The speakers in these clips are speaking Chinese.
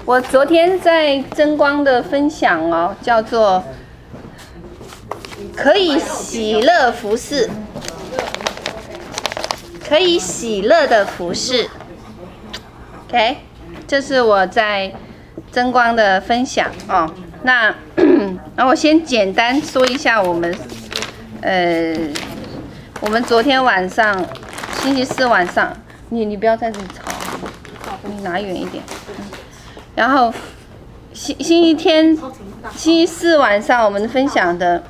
我昨天在真光的分享哦，叫做可以喜乐服侍，可以喜乐的服侍。OK， 这是我在真光的分享哦。那我先简单说一下我们昨天晚上，星期四晚上，你不要在这里吵，你拿远一点。然后星期四晚上我们分享的，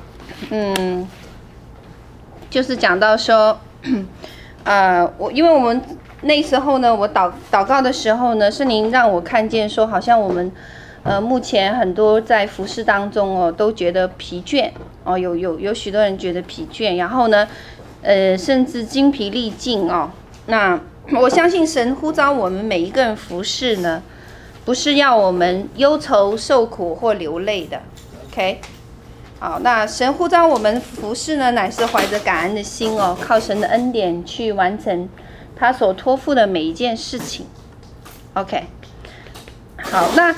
就是讲到说，因为我们那时候呢，我祷告的时候呢，圣灵让我看见说，好像我们目前很多在服事当中哦，都觉得疲倦哦，有许多人觉得疲倦，然后呢，甚至精疲力尽哦。那我相信神呼召我们每一个人服事呢，不是要我们忧愁受苦或流泪的 ，OK？ 好，那神呼召我们服事呢，乃是怀着感恩的心哦，靠神的恩典去完成他所托付的每一件事情 ，OK？ 好，那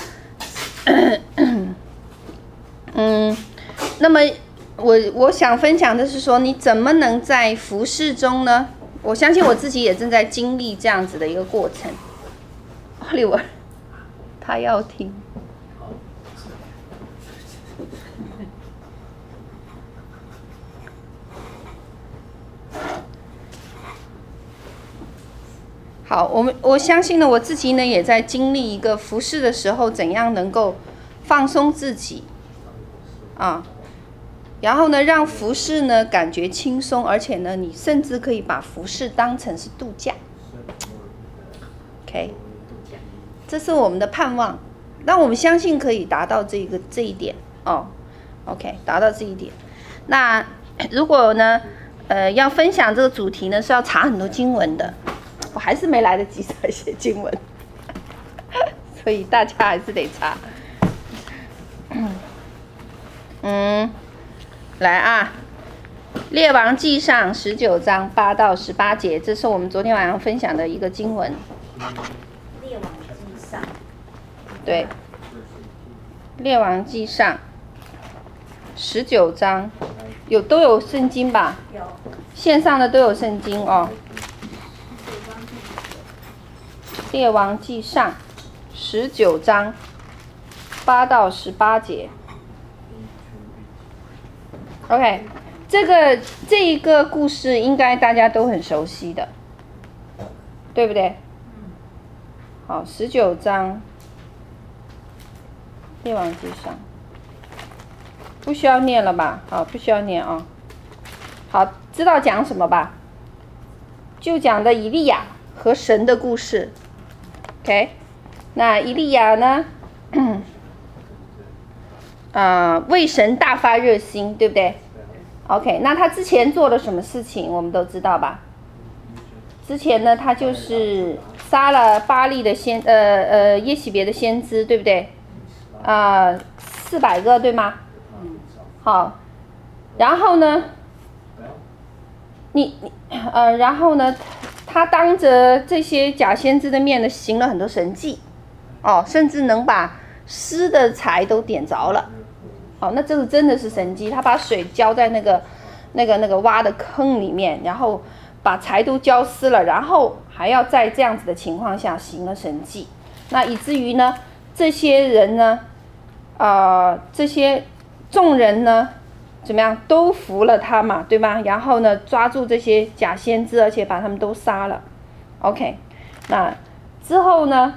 那么我想分享的是说，你怎么能在服事中呢？我相信我自己也正在经历这样子的一个过程。Oliver， 他要听。好，我相信呢，我自己呢也在经历一个服事的时候，怎样能够放松自己啊，然后呢让服事呢感觉轻松，而且呢你甚至可以把服事当成是度假。OK， 这是我们的盼望，让我们相信可以达到这一点哦。OK， 达到这一点。那如果呢要分享这个主题呢，是要查很多经文的。我还是没来得及查写经文，所以大家还是得查。来啊，列王纪上19章8到18节，这是我们昨天晚上分享的一个经文。 列王纪上， 对，列王纪上19章都有圣经吧？ 有， 线上的都有圣经哦。列王纪上19章8到18节。OK， 这一个故事应该大家都很熟悉的，对不对？好，19章列王纪上，不需要念了吧？好，不需要念啊。好，知道讲什么吧？就讲的以利亚和神的故事。OK， 那以利亚呢？为神大发热心，对不对 ？OK， 那他之前做了什么事情，我们都知道吧？之前呢，他就是杀了巴力的耶洗别的先知，对不对？400个，对吗？好，然后呢，然后呢？他当着这些假先知的面呢，行了很多神迹，甚至能把湿的柴都点着了，那这个真的是神迹。他把水浇在那个挖的坑里面，然后把柴都浇湿了，然后还要在这样子的情况下行了神迹，那以至于呢，这些人呢，这些众人呢，怎么样都服了他嘛，对吗？然后呢，抓住这些假先知，而且把他们都杀了。OK， 那之后呢，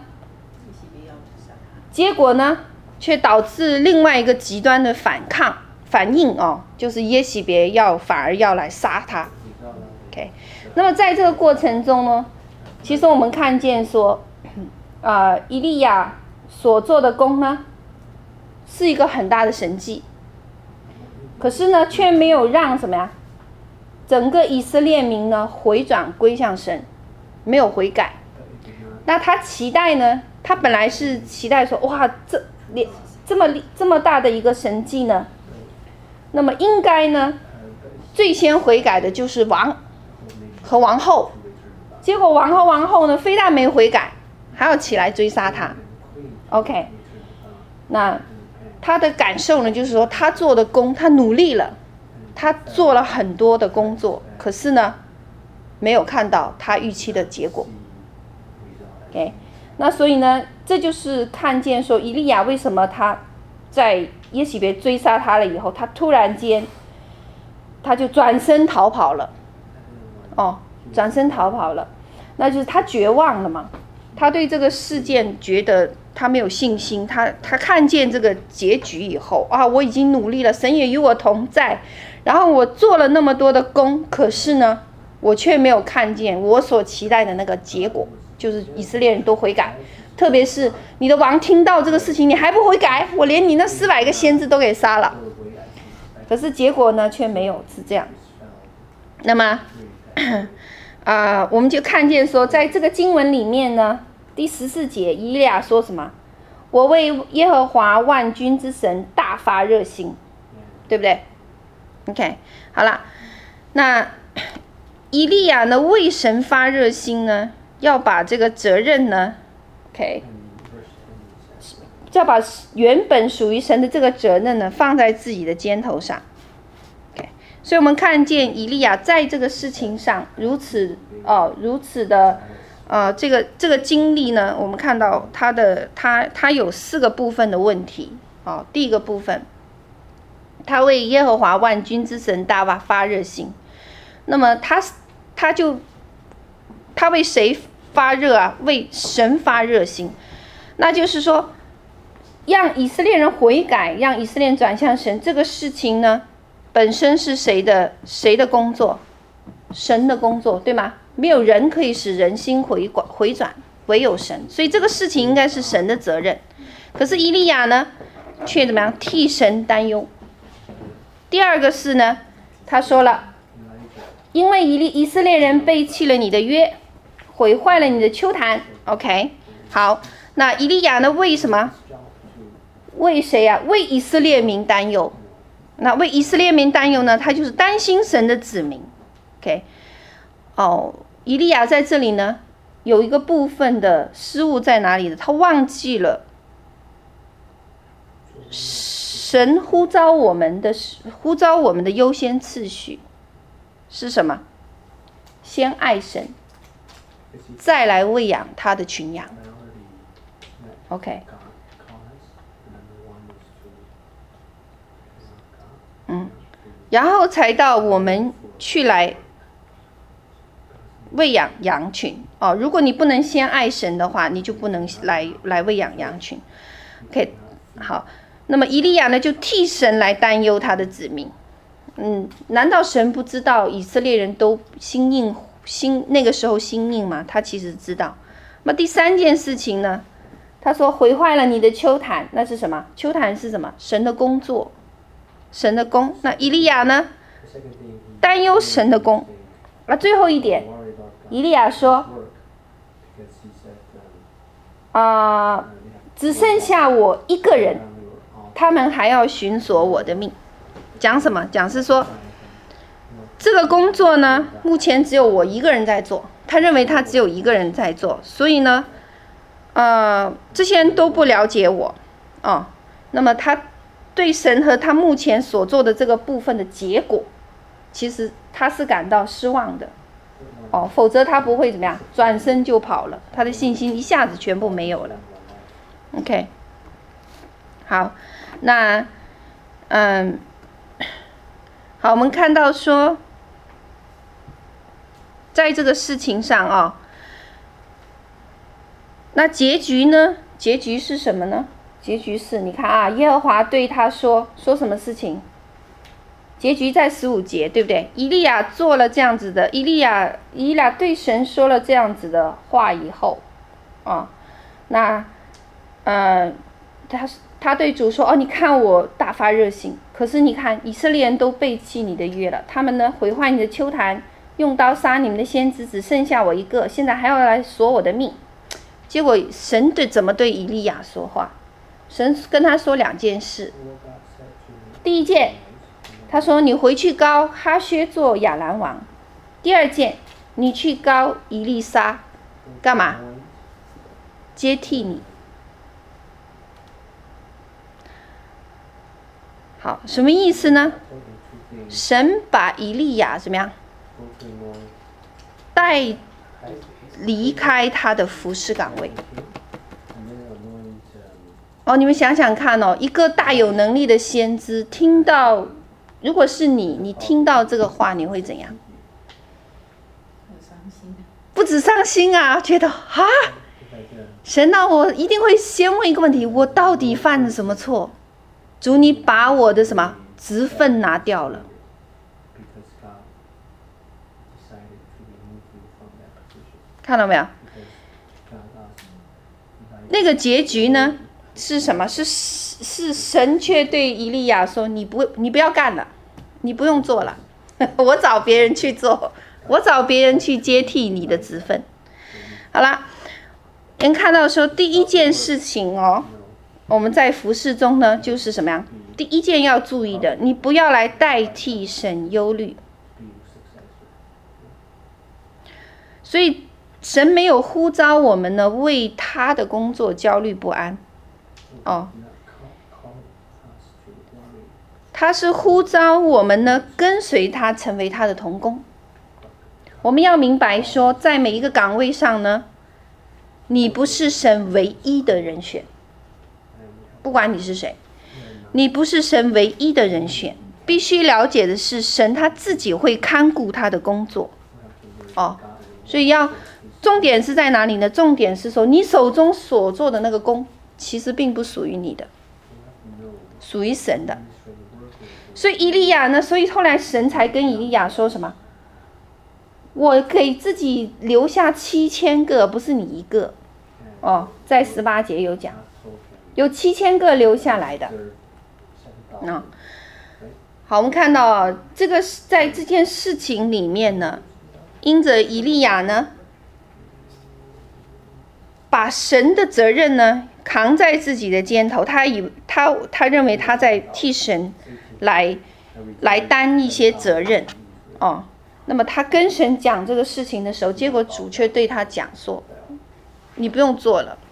结果呢，却导致另外一个极端的反应哦，就是耶洗别反而要来杀他。OK， 那么在这个过程中呢，其实我们看见说，以利亚所做的工呢，是一个很大的神迹。可是呢，却没有让什么呀？整个以色列民呢回转归向神，没有悔改。那他期待呢？他本来是期待说，哇，这么大的一个神迹呢，那么应该呢，最先悔改的就是王和王后。结果王和王后呢，非但没悔改，还要起来追杀他。 OK， 那他的感受呢，就是说他做的工，他努力了，他做了很多的工作，可是呢，没有看到他预期的结果。OK， 那所以呢，这就是看见说以利亚为什么他在耶洗别追杀他了以后，他突然间他就转身逃跑了。转身逃跑了，那就是他绝望了嘛。他对这个事件觉得他没有信心，他看见这个结局以后啊，我已经努力了，神也与我同在，然后我做了那么多的工，可是呢，我却没有看见我所期待的那个结果，就是以色列人都悔改，特别是你的王听到这个事情，你还不悔改，我连你那400个先知都给杀了。可是结果呢，却没有是这样。那么我们就看见说，在这个经文里面呢，第14节，以利亚说什么？我为耶和华万军之神大发热心，对不对 ？OK， 好了，那以利亚呢，为神发热心呢，要把这个责任呢 ，OK， 要把原本属于神的这个责任呢，放在自己的肩头上。所以我们看见以利亚在这个事情上如此的这个经历呢，我们看到他有4个部分的问题。第一个部分，他为耶和华万军之神大发热心。那么他为谁发热啊？为神发热心，那就是说让以色列人悔改，让以色列人转向神，这个事情呢本身是谁的工作？神的工作，对吗？没有人可以使人心回转，唯有神。所以这个事情应该是神的责任。可是以利亚呢，却怎么样？替神担忧。第二个是呢，他说了，因为以色列人背弃了你的约，毁坏了你的丘坛。OK， 好，那以利亚呢？为什么？为谁啊？为以色列民担忧。那为以色列民担忧呢？他就是担心神的子民。OK， 以利亚在这里呢有一个部分的失误在哪里呢？他忘记了神呼召我们的优先次序是什么？先爱神，再来喂养他的群羊。OK。然后才到我们去来喂养羊群。如果你不能先爱神的话，你就不能来喂养羊群。OK， 好，那么以利亚呢，就替神来担忧他的子民。难道神不知道以色列人都那个时候心硬吗？他其实知道。那么第3件事情呢，他说毁坏了你的丘坛，那是什么？丘坛是什么？神的工作。神的工。那以利亚呢，担忧神的工。最后一点，以利亚说只剩下我一个人，他们还要寻索我的命。讲什么？讲是说这个工作呢，目前只有我一个人在做，他认为他只有一个人在做，所以呢这些人都不了解我。那么他对神和他目前所做的这个部分的结果，其实他是感到失望的。否则他不会怎么样，转身就跑了，他的信心一下子全部没有了。OK， 好，那好，我们看到说，在这个事情上那结局呢？结局是什么呢？结局是你看耶和华对他说什么事情？结局在15节，对不对？以利亚做了这样子的，以利亚对神说了这样子的话以后，那他对主说，你看我大发热心，可是你看以色列人都背弃你的约了，他们呢毁坏你的丘坛，用刀杀你们的先知，只剩下我一个，现在还要来索我的命。结果神怎么对以利亚说话？神跟他说2件事。第一件，他说你回去膏哈薛做亚兰王。第2件，你去膏以利沙，干嘛？接替你。 好，什么意思呢？神把以利亚怎么样带离开他的服侍岗位。哦，你们想想看哦，一个大有能力的先知听到，如果是你听到这个话，你会怎样？不止伤心啊，觉得啊，神啊，我一定会先问一个问题：我到底犯了什么错？主，你把我的什么职分拿掉了？看到没有？那个结局呢？是什么？是神却对以利亚说：“你不要干了，你不用做了，我找别人去做，我找别人去接替你的职分。”好啦，能看到说第一件事情哦，我们在服事中呢，就是什么呀？第一件要注意的，你不要来代替神忧虑。所以神没有呼召我们呢，为他的工作焦虑不安。哦，他是呼召我们呢，跟随他，成为他的同工。我们要明白说，在每一个岗位上呢，你不是神唯一的人选，不管你是谁，你不是神唯一的人选。必须了解的是，神他自己会看顾他的工作。哦，所以重点是在哪里呢？重点是说，你手中所做的那个工，其实并不属于你的，属于神的。所以以利亚呢，所以后来神才跟以利亚说什么？我给自己留下7000个，不是你一个。哦，在18节有讲，有7000个留下来的。好，我们看到这个在这件事情里面呢，因着以利亚呢，把神的责任呢扛在自己的肩头，他认为他在替神来担一些责任哦。那么他跟神讲这个事情的时候，结果主却对他讲说：“你不用做了，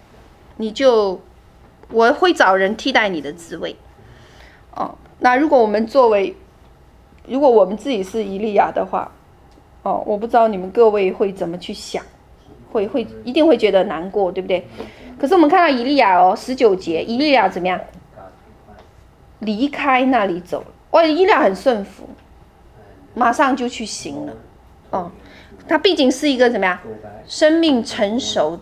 我会找人替代你的职位。”哦，那如果我们自己是以利亚的话，哦，我不知道你们各位会怎么去想，一定会觉得难过，对不对？可是我们看到以利亚19节，以利亚怎么样？离开那里走了。哇，以利亚很顺服，马上就去行了。哦，他毕竟是一个怎么样？生命成熟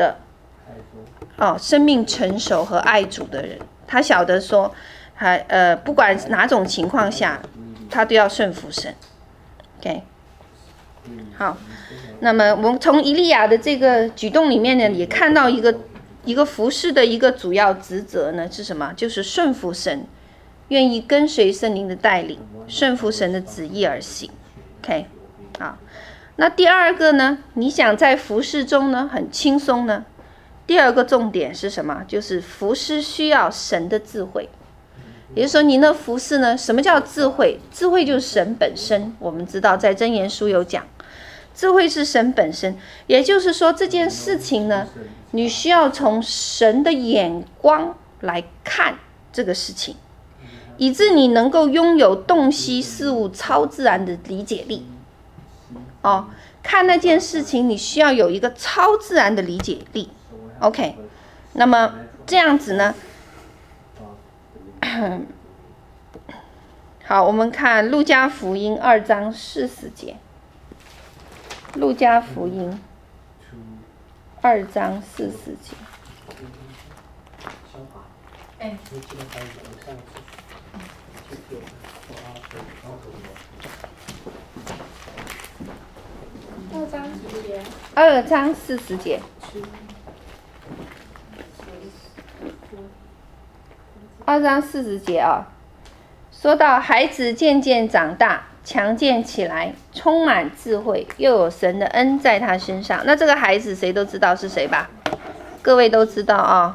和爱主的人，他晓得说，不管哪种情况下，他都要顺服神。OK， 好，那么我们从以利亚的这个举动里面呢，也看到一个服事的一个主要职责呢是什么？就是顺服神，愿意跟随圣灵的带领，顺服神的旨意而行。OK， 好，那第二个呢，你想在服事中呢很轻松呢？第二个重点是什么？就是服事需要神的智慧。也就是说，你那服事呢，什么叫智慧？智慧就是神本身。我们知道在箴言书有讲，智慧是神本身。也就是说，这件事情呢，你需要从神的眼光来看这个事情，以致你能够拥有洞悉事物超自然的理解力。哦，看那件事情，你需要有一个超自然的理解力。OK， 那么这样子呢？好，我们看路加福音2章40节。路加福音2章40节。2章40节。2章40节啊，说到孩子渐渐长大，强健起来，充满智慧，又有神的恩在他身上。那这个孩子谁都知道是谁吧？各位都知道啊，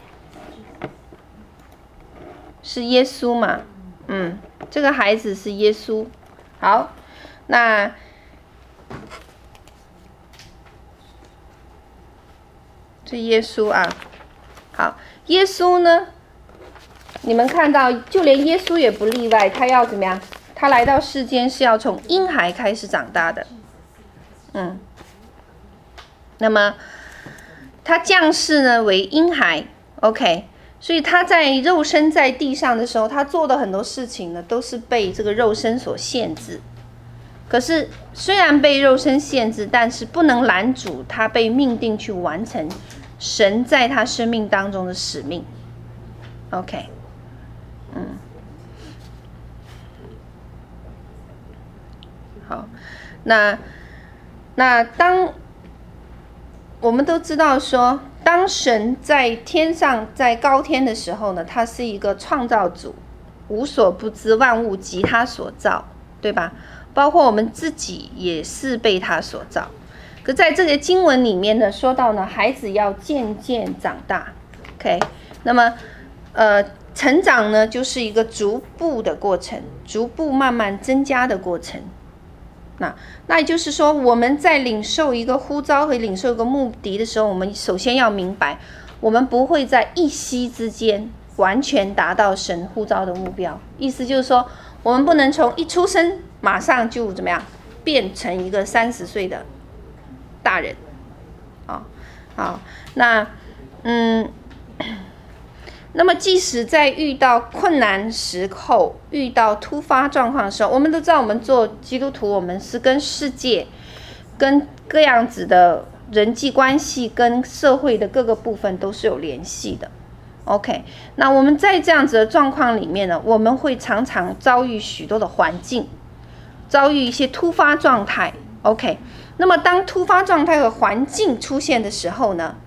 是耶稣嘛？这个孩子是耶稣。好，那这耶稣啊，好，耶稣呢？ 你们看到，就连耶稣也不例外，他要怎么样？他来到世间是要从婴孩开始长大的。那么他降世呢为婴孩 ，OK， 所以他在肉身在地上的时候，他做的很多事情呢，都是被这个肉身所限制。可是虽然被肉身限制，但是不能拦阻他被命定去完成神在他生命当中的使命。OK， 好，那当我们都知道说，当神在天上在高天的时候呢，他是一个创造主，无所不知，万物即他所造，对吧？包括我们自己也是被他所造。可在这个经文里面呢，说到呢，孩子要渐渐长大 ，OK， 那么成长呢，就是一个逐步的过程，逐步慢慢增加的过程。那也就是说，我们在领受一个呼召和领受一个目的的时候，我们首先要明白，我们不会在一夕之间完全达到神呼召的目标。意思就是说，我们不能从一出生马上就怎么样变成一个30岁的大人。好，那么即使在遇到困难时候，遇到突发状况的时候，我们都知道，我们做基督徒，我们是跟世界、跟各样子的人际关系、跟社会的各个部分都是有联系的。OK， 那我们在这样子的状况里面呢，我们会常常遭遇许多的环境，遭遇一些突发状态。OK， 那么当突发状态和环境出现的时候呢，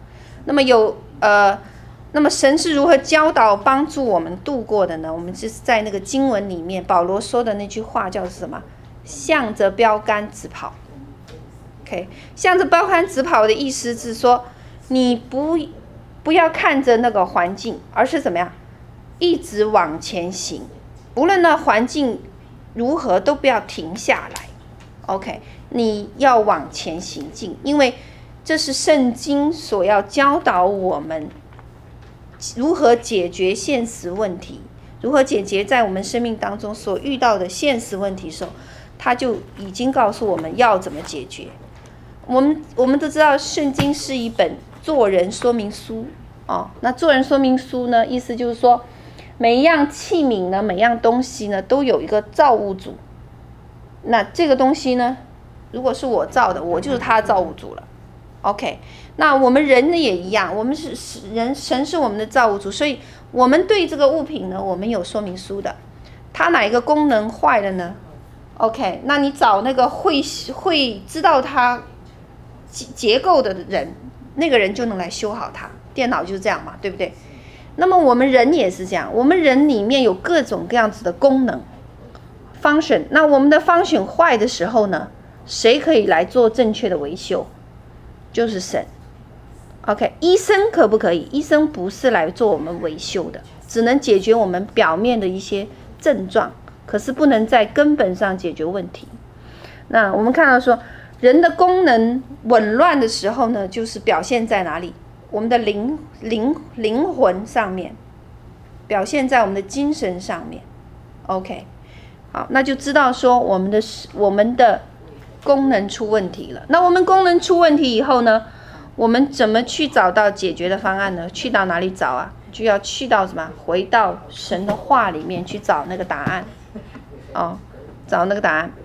那么神是如何教导帮助我们度过的呢？我们就是在那个经文里面保罗说的那句话叫什么？向着标杆直跑。OK， 向着标杆直跑的意思是说，你不要看着那个环境，而是怎么样？一直往前行，无论那环境如何都不要停下来。OK， 你要往前行进，因为这是圣经所要教导我们如何解决现实问题，如何解决在我们生命当中所遇到的现实问题的时候，他就已经告诉我们要怎么解决。我们都知道，圣经是一本做人说明书那做人说明书呢，意思就是说，每一样器皿呢，每一样东西呢，都有一个造物主。那这个东西呢，如果是我造的，我就是他的造物主了。OK， 那我们人呢也一样，我们是人，神是我们的造物主，所以我们对这个物品呢，我们有说明书的。它哪一个功能坏了呢 ？OK， 那你找那个会知道它结构的人，那个人就能来修好它。电脑就是这样嘛，对不对？那么我们人也是这样，我们人里面有各种各样子的功能 function。那我们的 function 坏的时候呢，谁可以来做正确的维修？就是神。OK， 医生可不可以？医生不是来做我们维修的，只能解决我们表面的一些症状，可是不能在根本上解决问题。那我们看到说，人的功能紊乱的时候呢，就是表现在哪里？我们的灵魂上面，表现在我们的精神上面。OK， 好，那就知道说我们的功能出问题了。那我们功能出问题以后呢，我们怎么去找到解决的方案呢？去到哪里找啊？就要去到什么？回到神的话里面去找那个答案。找那个答案。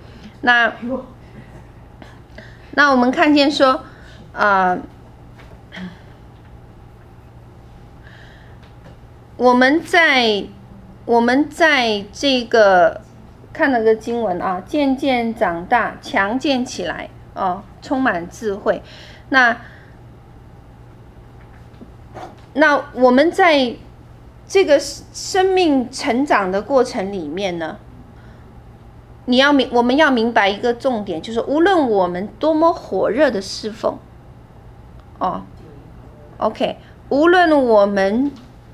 那我们看见说，我们在这个看了个经文渐渐长大，强健起来充满智慧。那我们在这个生命成长的过程里面呢，我们要明白一个重点，就是无论我们多么火热的侍奉，OK， 无论我们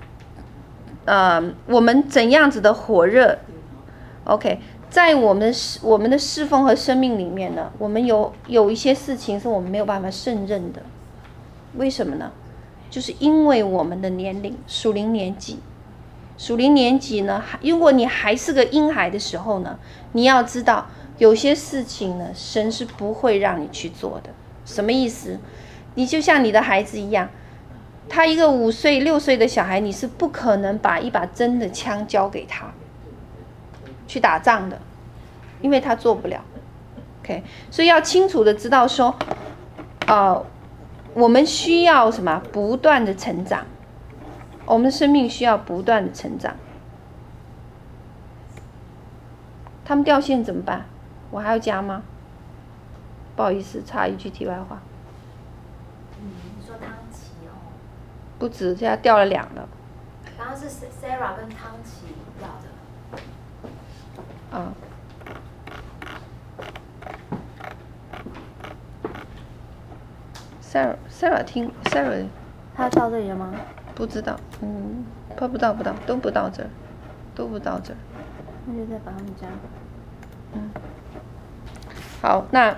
怎样子的火热 ，OK， 在我们的侍奉和生命里面呢，我们有一些事情是我们没有办法胜任的。为什么呢？就是因为我们的年龄、属灵年纪， 属灵年纪呢，如果你还是个婴孩的时候呢，你要知道有些事情呢，神是不会让你去做的。什么意思？你就像你的孩子一样，他一个5岁、6岁的小孩，你是不可能把一把真的枪交给他去打仗的，因为他做不了。OK， 所以要清楚的知道说，我们需要什么？不断的成长。我们的生命需要不断的成长。他们掉线怎么办？我还要加吗？不好意思，插一句题外话。 你说汤奇哦？ 不止，现在掉了2了。 刚刚是 Sarah 跟汤奇掉的。 啊。Sarah 他到这里了吗？ 不知道，不到，都不到这儿。 那就再把他们加。 好，那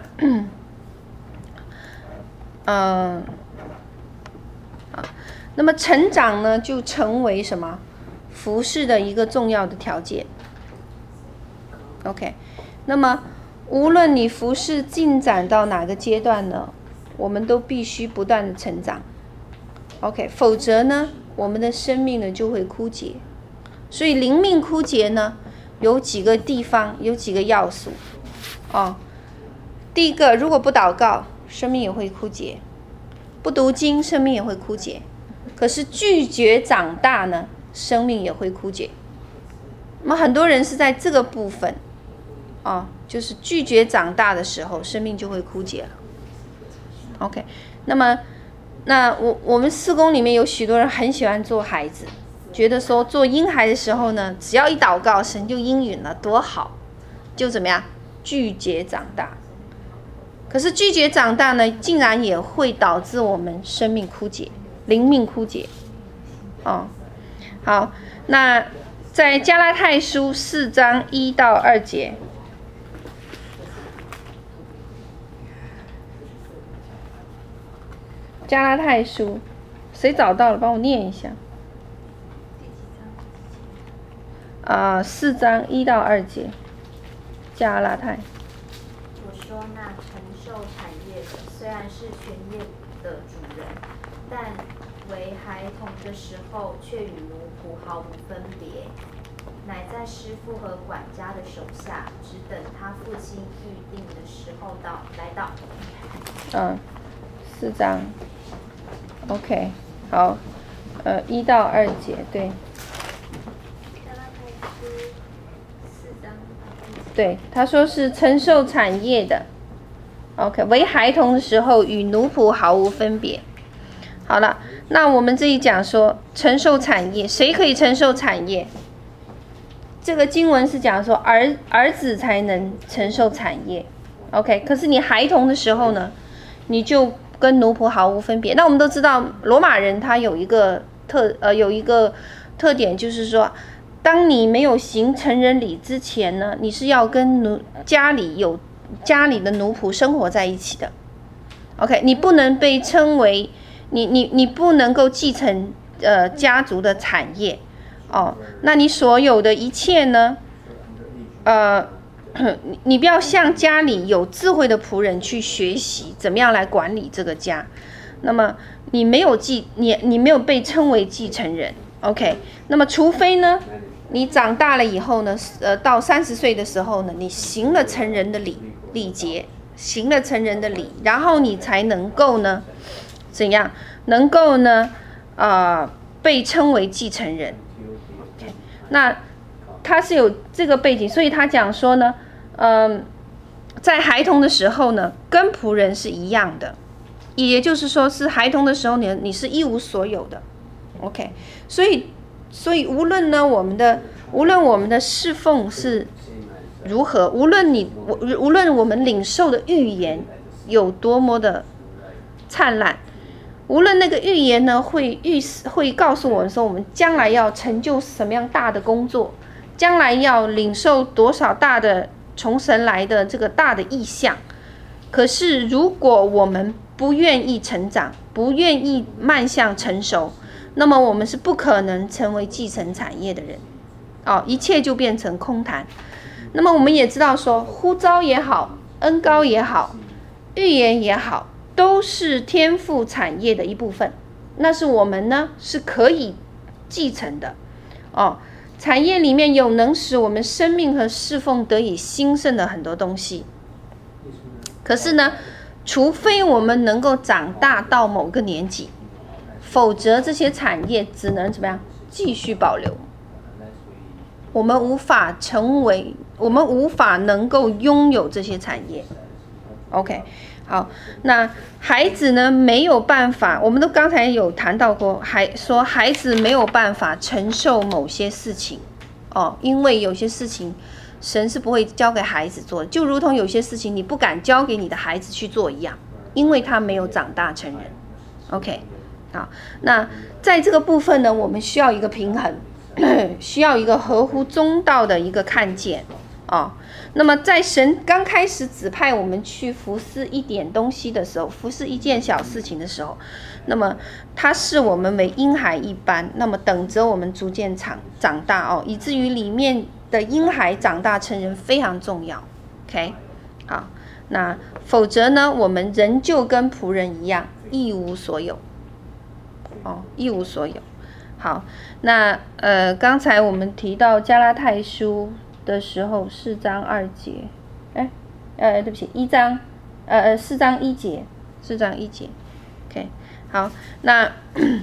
那么成长呢，就成为什么？服事的一个重要的条件。OK， 那么无论你服事进展到哪个阶段呢，我们都必须不断的成长。OK， 否则呢，我们的生命呢就会枯竭。所以灵命枯竭呢，有几个地方，有几个要素。第一个，如果不祷告，生命也会枯竭；不读经，生命也会枯竭。可是拒绝长大呢，生命也会枯竭。那么很多人是在这个部分，就是拒绝长大的时候，生命就会枯竭了。OK， 那我们事工里面有许多人很喜欢做孩子，觉得说做婴孩的时候呢，只要一祷告，神就应允了，多好，就怎么样拒绝长大。可是拒绝长大呢，竟然也会导致我们生命枯竭，灵命枯竭。好，那在加拉太书4章1到2节。加拉太书，谁找到了？帮我念一下。4章1到2节，加拉太。 我说那承受产业的，虽然是全业的主人，但为孩童的时候，却与奴仆毫无分别，乃在师傅和管家的手下，只等他父亲预定的时候来到。 4章。OK， 好，1到2节，对。对，他说是承受产业的 ，OK， 为孩童的时候与奴仆毫无分别。好了，那我们这里讲说承受产业，谁可以承受产业？这个经文是讲说儿子才能承受产业 ，OK， 可是你孩童的时候呢，你就跟奴仆毫无分别。那我们都知道，罗马人他有一个特点，就是说，当你没有行成人礼之前呢，你是要跟家里的奴仆生活在一起的。OK， 你不能被称为你不能够继承家族的产业那你所有的一切呢，你不要向家里有智慧的仆人去学习怎么样来管理这个家。那么你没有被称为继承人 ，OK？ 那么除非呢，你长大了以后呢，到30岁的时候呢，你行了成人的礼节，行了成人的礼，然后你才能够呢，怎样能够呢，被称为继承人。Okay， 那他是有这个背景，所以他讲说呢，在孩童的时候呢，跟仆人是一样的，也就是说是孩童的时候你是一无所有的 ，OK？ 所以无论我们的侍奉是如何，无论我们领受的预言有多么的灿烂，无论那个预言呢会告诉我们说我们将来要成就什么样大的工作，将来要领受多少大的从神来的这个大的意象。可是如果我们不愿意成长，不愿意迈向成熟， 那么我们是不可能成为继承产业的人，一切就变成空谈。那么我们也知道说，呼召也好，恩膏也好，预言也好，都是天赋产业的一部分，那是我们呢是可以继承的。产业里面有能使我们生命和侍奉得以兴盛的很多东西，可是呢，除非我们能够长大到某个年纪，否则这些产业只能怎么样继续保留。我们无法能够拥有这些产业。OK， 好，那孩子呢没有办法，我们都刚才有谈到过，说孩子没有办法承受某些事情，因为有些事情神是不会交给孩子做的，就如同有些事情你不敢交给你的孩子去做一样，因为他没有长大成人。OK， 好，那在这个部分呢，我们需要一个平衡，需要一个合乎中道的一个看见。那么在神刚开始指派我们去服侍一点东西的时候，服侍一件小事情的时候，那么他视我们为婴孩一般，那么等着我们逐渐长大，以至于里面的婴孩长大成人非常重要。 OK， 好，那否则呢，我们仍旧跟仆人一样一无所有，一无所有。好，那刚才我们提到加拉太书的时候，4章2节，对不起，4章1节，4章1节 ，OK， 好，那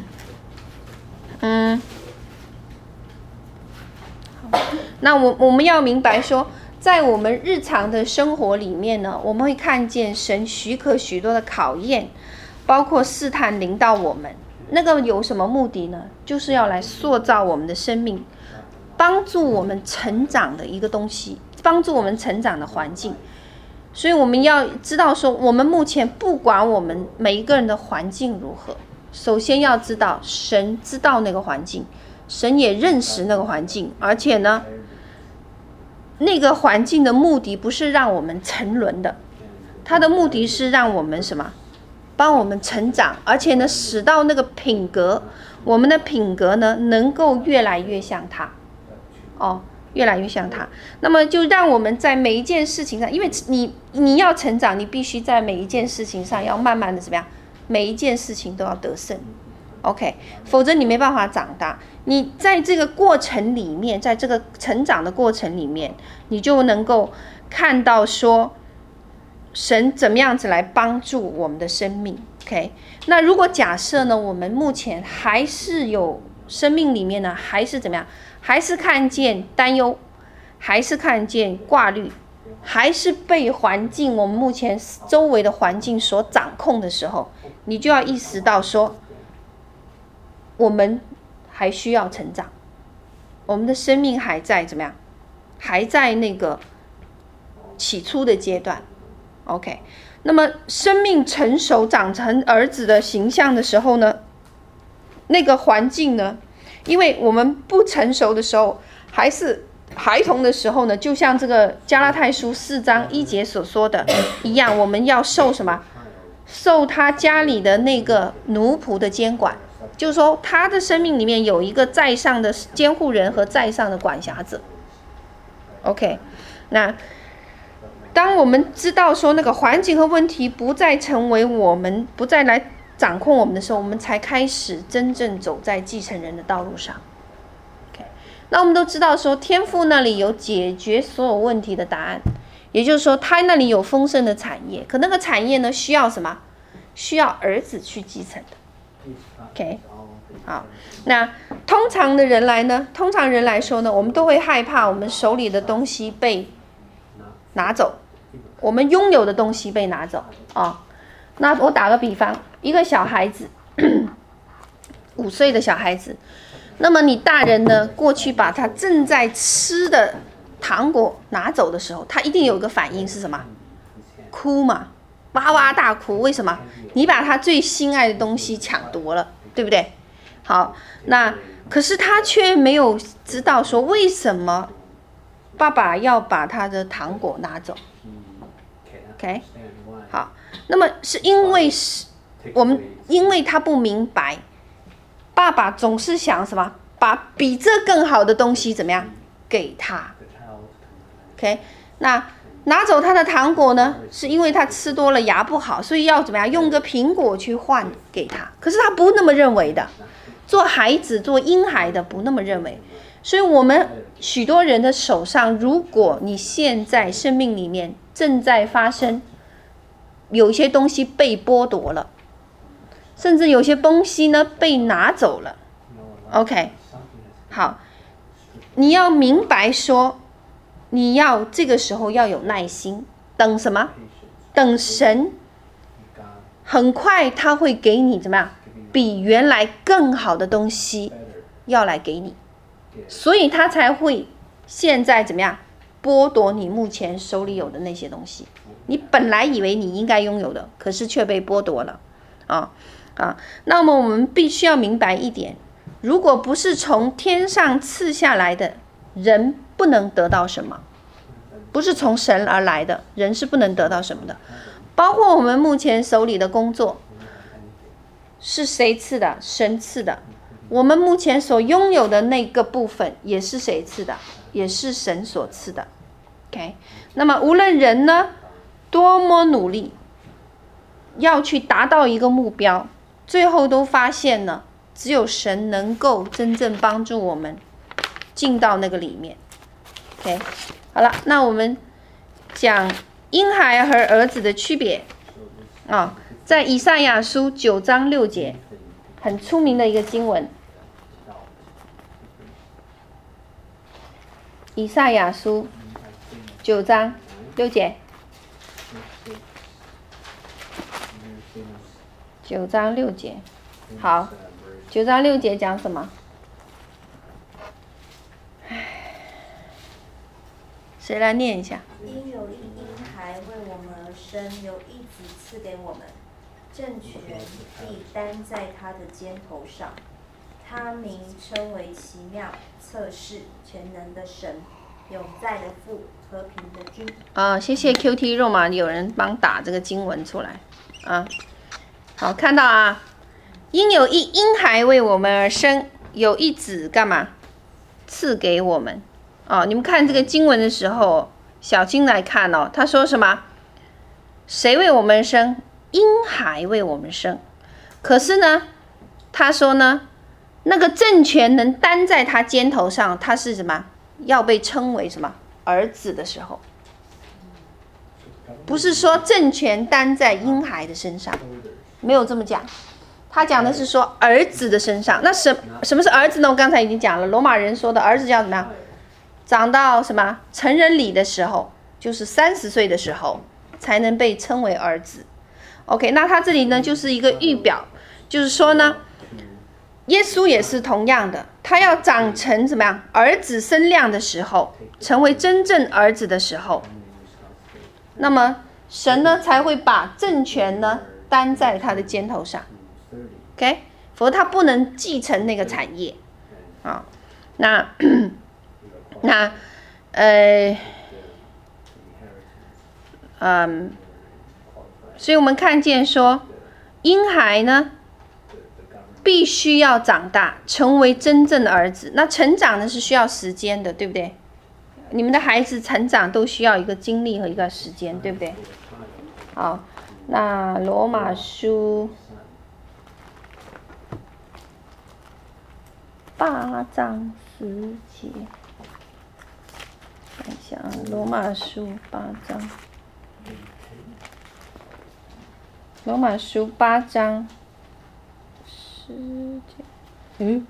那我们要明白说，在我们日常的生活里面呢，我们会看见神许可许多的考验，包括试探临到我们，那个有什么目的呢？就是要来塑造我们的生命，帮助我们成长的一个东西，帮助我们成长的环境。所以我们要知道说，我们目前不管我们每一个人的环境如何，首先要知道神知道那个环境，神也认识那个环境，而且呢，那个环境的目的不是让我们沉沦的，它的目的是让我们什么？帮我们成长，而且呢，使到那个品格，我们的品格呢，能够越来越像他，越来越像他。那么就让我们在每一件事情上，因为你要成长，你必须在每一件事情上要慢慢的怎么样？每一件事情都要得胜 ，OK， 否则你没办法长大。你在这个过程里面，在这个成长的过程里面，你就能够看到说，神怎么样子来帮助我们的生命 ，OK？ 那如果假设呢，我们目前还是有生命里面呢，还是怎么样？还是看见担忧，还是看见挂虑，还是被环境，我们目前周围的环境所掌控的时候，你就要意识到说，我们还需要成长，我们的生命还在怎么样？还在那个起初的阶段。OK， 那么生命成熟长成儿子的形象的时候呢，那个环境呢，因为我们不成熟的时候，还是孩童的时候呢，就像这个加拉太书4章1节所说的一样，我们要受什么？受他家里的那个奴仆的监管，就是说他的生命里面有一个在上的监护人和在上的管辖者。OK， 那当我们知道说那个环境和问题不再成为我们，不再来掌控我们的时候，我们才开始真正走在继承人的道路上。Okay， 那我们都知道说，天父那里有解决所有问题的答案，也就是说，他那里有丰盛的产业，可那个产业呢，需要什么？需要儿子去继承的。OK， 好，那通常人来说呢，我们都会害怕我们手里的东西被拿走，我们拥有的东西被拿走那我打个比方，一个小孩子5岁的小孩子，那么你大人呢，过去把他正在吃的糖果拿走的时候，他一定有一个反应是什么？哭嘛，哇哇大哭。为什么？你把他最心爱的东西抢夺了，对不对？好，那可是他却没有知道说，为什么爸爸要把他的糖果拿走。 OK， 好，那么是因为他不明白爸爸总是想什么？把比这更好的东西怎么样给他 ？OK， 那拿走他的糖果呢，是因为他吃多了牙不好，所以要怎么样用个苹果去换给他。可是他不那么认为的，做孩子做婴孩的不那么认为。所以我们许多人的手上，如果你现在生命里面正在发生有一些东西被剥夺了，甚至有些东西呢被拿走了 ，OK， 好，你要明白说，你要这个时候要有耐心，等什么？等神，很快他会给你怎么样？比原来更好的东西要来给你，所以他才会现在怎么样？剥夺你目前手里有的那些东西，你本来以为你应该拥有的，可是却被剥夺了，那么我们必须要明白一点，如果不是从天上赐下来的，人不能得到什么，不是从神而来的，人是不能得到什么的。包括我们目前手里的工作，是谁赐的？神赐的。我们目前所拥有的那个部分，也是谁赐的？也是神所赐的。OK， 那么无论人呢多么努力，要去达到一个目标，最后都发现呢，只有神能够真正帮助我们进到那个里面。OK， 好了，那我们讲婴孩和儿子的区别在以赛亚书9章6节，很出名的一个经文。以赛亚书9章6节，9章6节，好，9章6节讲什么？谁来念一下？ 因有一婴孩为我们而生，有一子赐给我们，政权必担在他的肩头上。他名称为奇妙、策士、全能的神，永在的父，和平的君。 谢谢 QT 肉麻，有人帮打这个经文出来好，看到啊，因有一婴孩为我们而生，有一子干嘛？赐给我们。你们看这个经文的时候，小金来看他说什么？谁为我们生？婴孩为我们生。可是呢，他说呢，那个政权能担在他肩头上，他是什么？要被称为什么？儿子的时候，不是说政权担在婴孩的身上，没有这么讲。他讲的是说儿子的身上。那什么是儿子呢？我刚才已经讲了，罗马人说的儿子叫怎么样？长到什么成人礼的时候，就是30岁的时候，才能被称为儿子。OK， 那他这里呢，就是一个预表，就是说呢，耶稣也是同样的，他要长成怎么样？儿子身量的时候，成为真正儿子的时候，那么神呢才会把政权呢担在他的肩头上。OK， 否则他不能继承那个产业所以我们看见说，婴孩呢必须要长大，成为真正的儿子。那成长呢是需要时间的，对不对？你们的孩子成长都需要一个精力和一个时间，对不对？好，那罗马书8章10节，看一下罗马书8章，罗马书8章10节，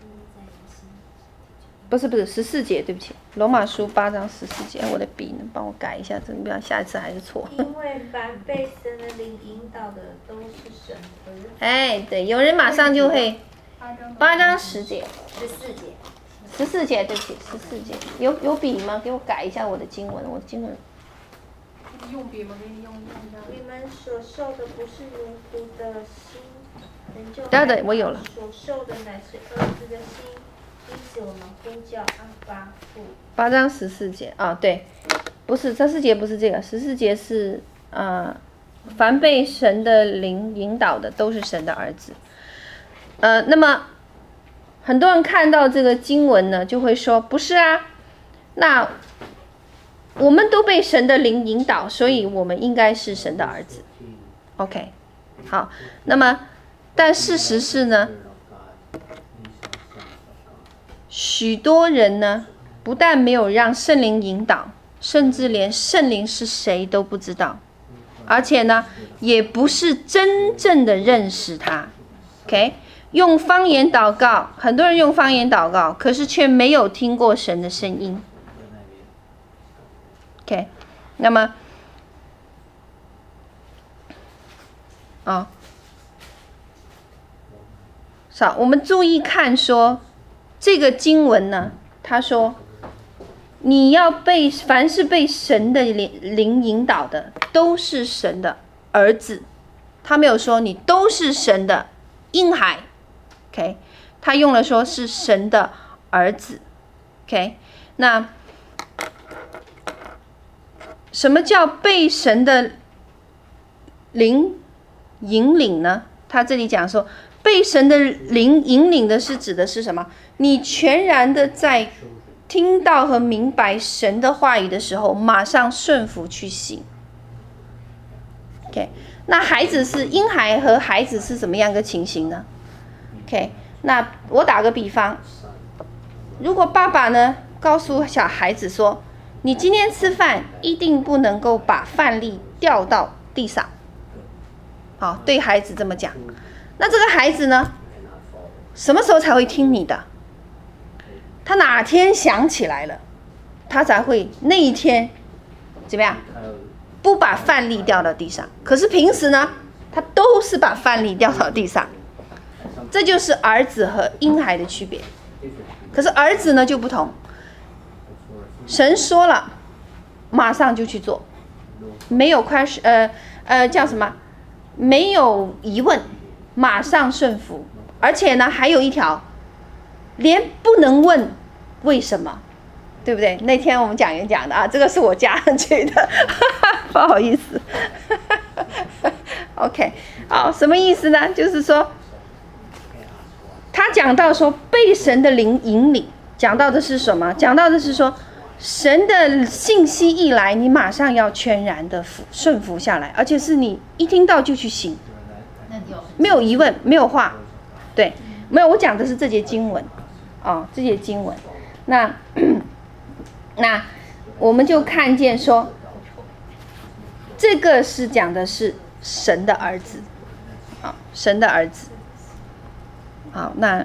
不是14节，对不起，罗马书8章14节，我的笔能帮我改一下，这个不要下一次还是错。 因为凡被神的灵引导的都是神的儿子。 对，有人马上就会。8章10节，14节，对不起，14节，有笔吗？给我改一下我的经文，我的经文。 用笔吗？给你用一下。 你们所受的不是奴仆的心，人就对，我有了。 所受的乃是儿子的心，因此我们呼叫阿爸父。 8章14节对，不是14节，不是这个，14节是凡被神的灵引导的都是神的儿子。那么很多人看到这个经文呢，就会说不是啊，那我们都被神的灵引导，所以我们应该是神的儿子。OK， 好，那么但事实是呢，许多人呢不但没有让圣灵引导，甚至连圣灵是谁都不知道，而且呢也不是真正的认识他。OK， 用方言祷告，很多人用方言祷告，可是却没有听过神的声音。OK， 那么我们注意看说这个经文呢，他说你要凡是被神的灵引导的都是神的儿子，他没有说你都是神的婴孩。OK， 他用了说是神的儿子。OK， 那什么叫被神的灵引领呢？他这里讲说被神的灵引领的是指的是什么？你全然的在听到和明白神的话语的时候，马上顺服去行。OK， 那孩子是婴孩和孩子是怎么样一个情形呢？ OK， 那我打个比方，如果爸爸呢告诉小孩子说，你今天吃饭一定不能够把饭粒掉到地上，好，对孩子这么讲，那这个孩子呢什么时候才会听你的？他哪天想起来了，他才会那一天怎么样不把饭粒掉到地上。可是平时呢，他都是把饭粒掉到地上。这就是儿子和婴孩的区别。可是儿子呢就不同，神说了马上就去做，没有叫什么，没有疑问，马上顺服。而且呢还有一条，连不能问为什么，对不对？那天我们讲员讲的啊，这个是我加上去的不好意思OK， 好，什么意思呢？就是说他讲到说被神的灵引领，讲到的是什么？讲到的是说神的信息一来，你马上要全然的顺服下来，而且是你一听到就去行，没有疑问，没有话。对，没有，我讲的是这节经文这节经文。那我们就看见说这个是讲的是神的儿子神的儿子。好，那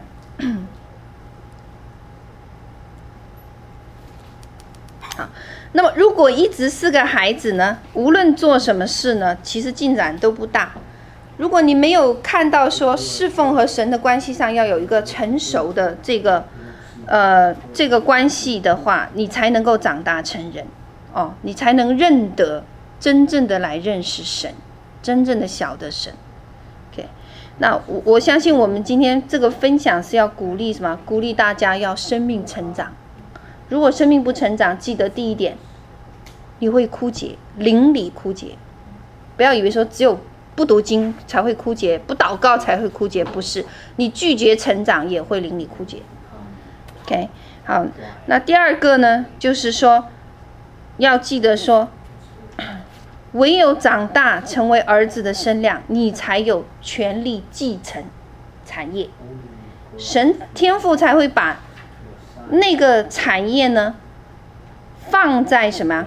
好，那么如果一直是个孩子呢，无论做什么事呢，其实进展都不大。如果你没有看到说侍奉和神的关系上要有一个成熟的这个关系的话，你才能够长大成人你才能认得真正的来认识神，真正的晓得神。OK， 那我相信我们今天这个分享是要鼓励什么？鼓励大家要生命成长。如果生命不成长，记得第一点，你会枯竭，灵里枯竭。不要以为说只有不读经才会枯竭，不祷告才会枯竭，不是，你拒绝成长也会灵里枯竭。OK， 好，那第二个呢，就是说要记得说，唯有长大成为儿子的身量，你才有权利继承产业，神天父才会把那个产业呢放在什么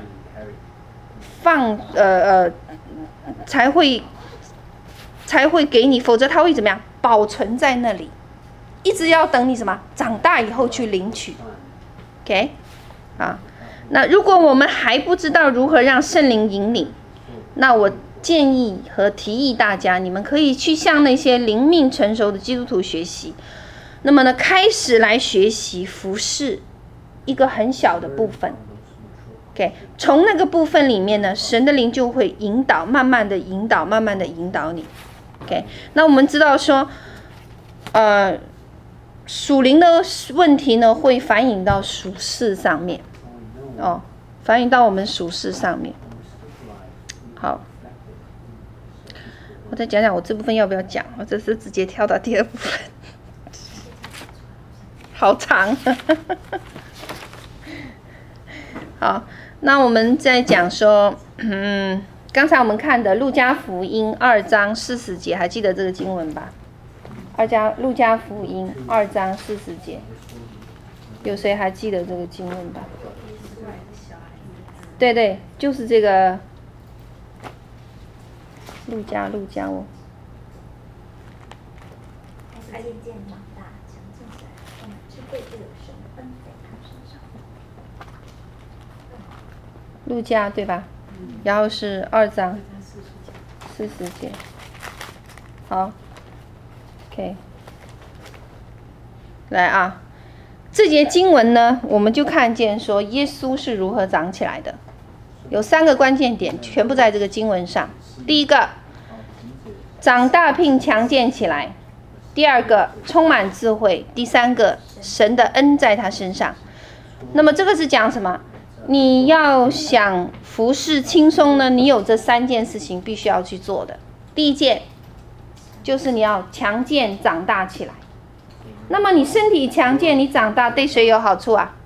才会给你，否则他会怎么样保存在那里，一直要等你什么长大以后去领取。 OK 那如果我们还不知道如何让圣灵引领，那我建议和提议大家，你们可以去向那些灵命成熟的基督徒学习。那么呢，开始来学习服侍一个很小的部分。OK， 从那个部分里面呢，神的灵就会引导，慢慢的引导，慢慢的引导你。OK， 那我们知道说，属灵的问题呢，会反映到属世上面，反映到我们属世上面。好，我再讲讲我这部分要不要讲，我这是直接跳到第二部分。 好长。好，那我们再讲说，刚才我们看的路加福音2章40节，还记得这个经文吧？路加福音2章40节，有谁还记得这个经文吧？对对，就是这个路加哦。 渐渐长大，强健起来，充满智慧，就有神的恩在他身上。 路加对吧？然后是2章40节。好 ，OK， 来啊，这节经文呢，我们就看见说耶稣是如何长起来的，有3个关键点，全部在这个经文上。第一个，长大并强健起来；第二个，充满智慧；第三个，神的恩在他身上。那么这个是讲什么？你要想服事轻松呢，你有这3件事情必须要去做的。第一件就是你要强健长大起来。那么你身体强健，你长大对谁有好处啊？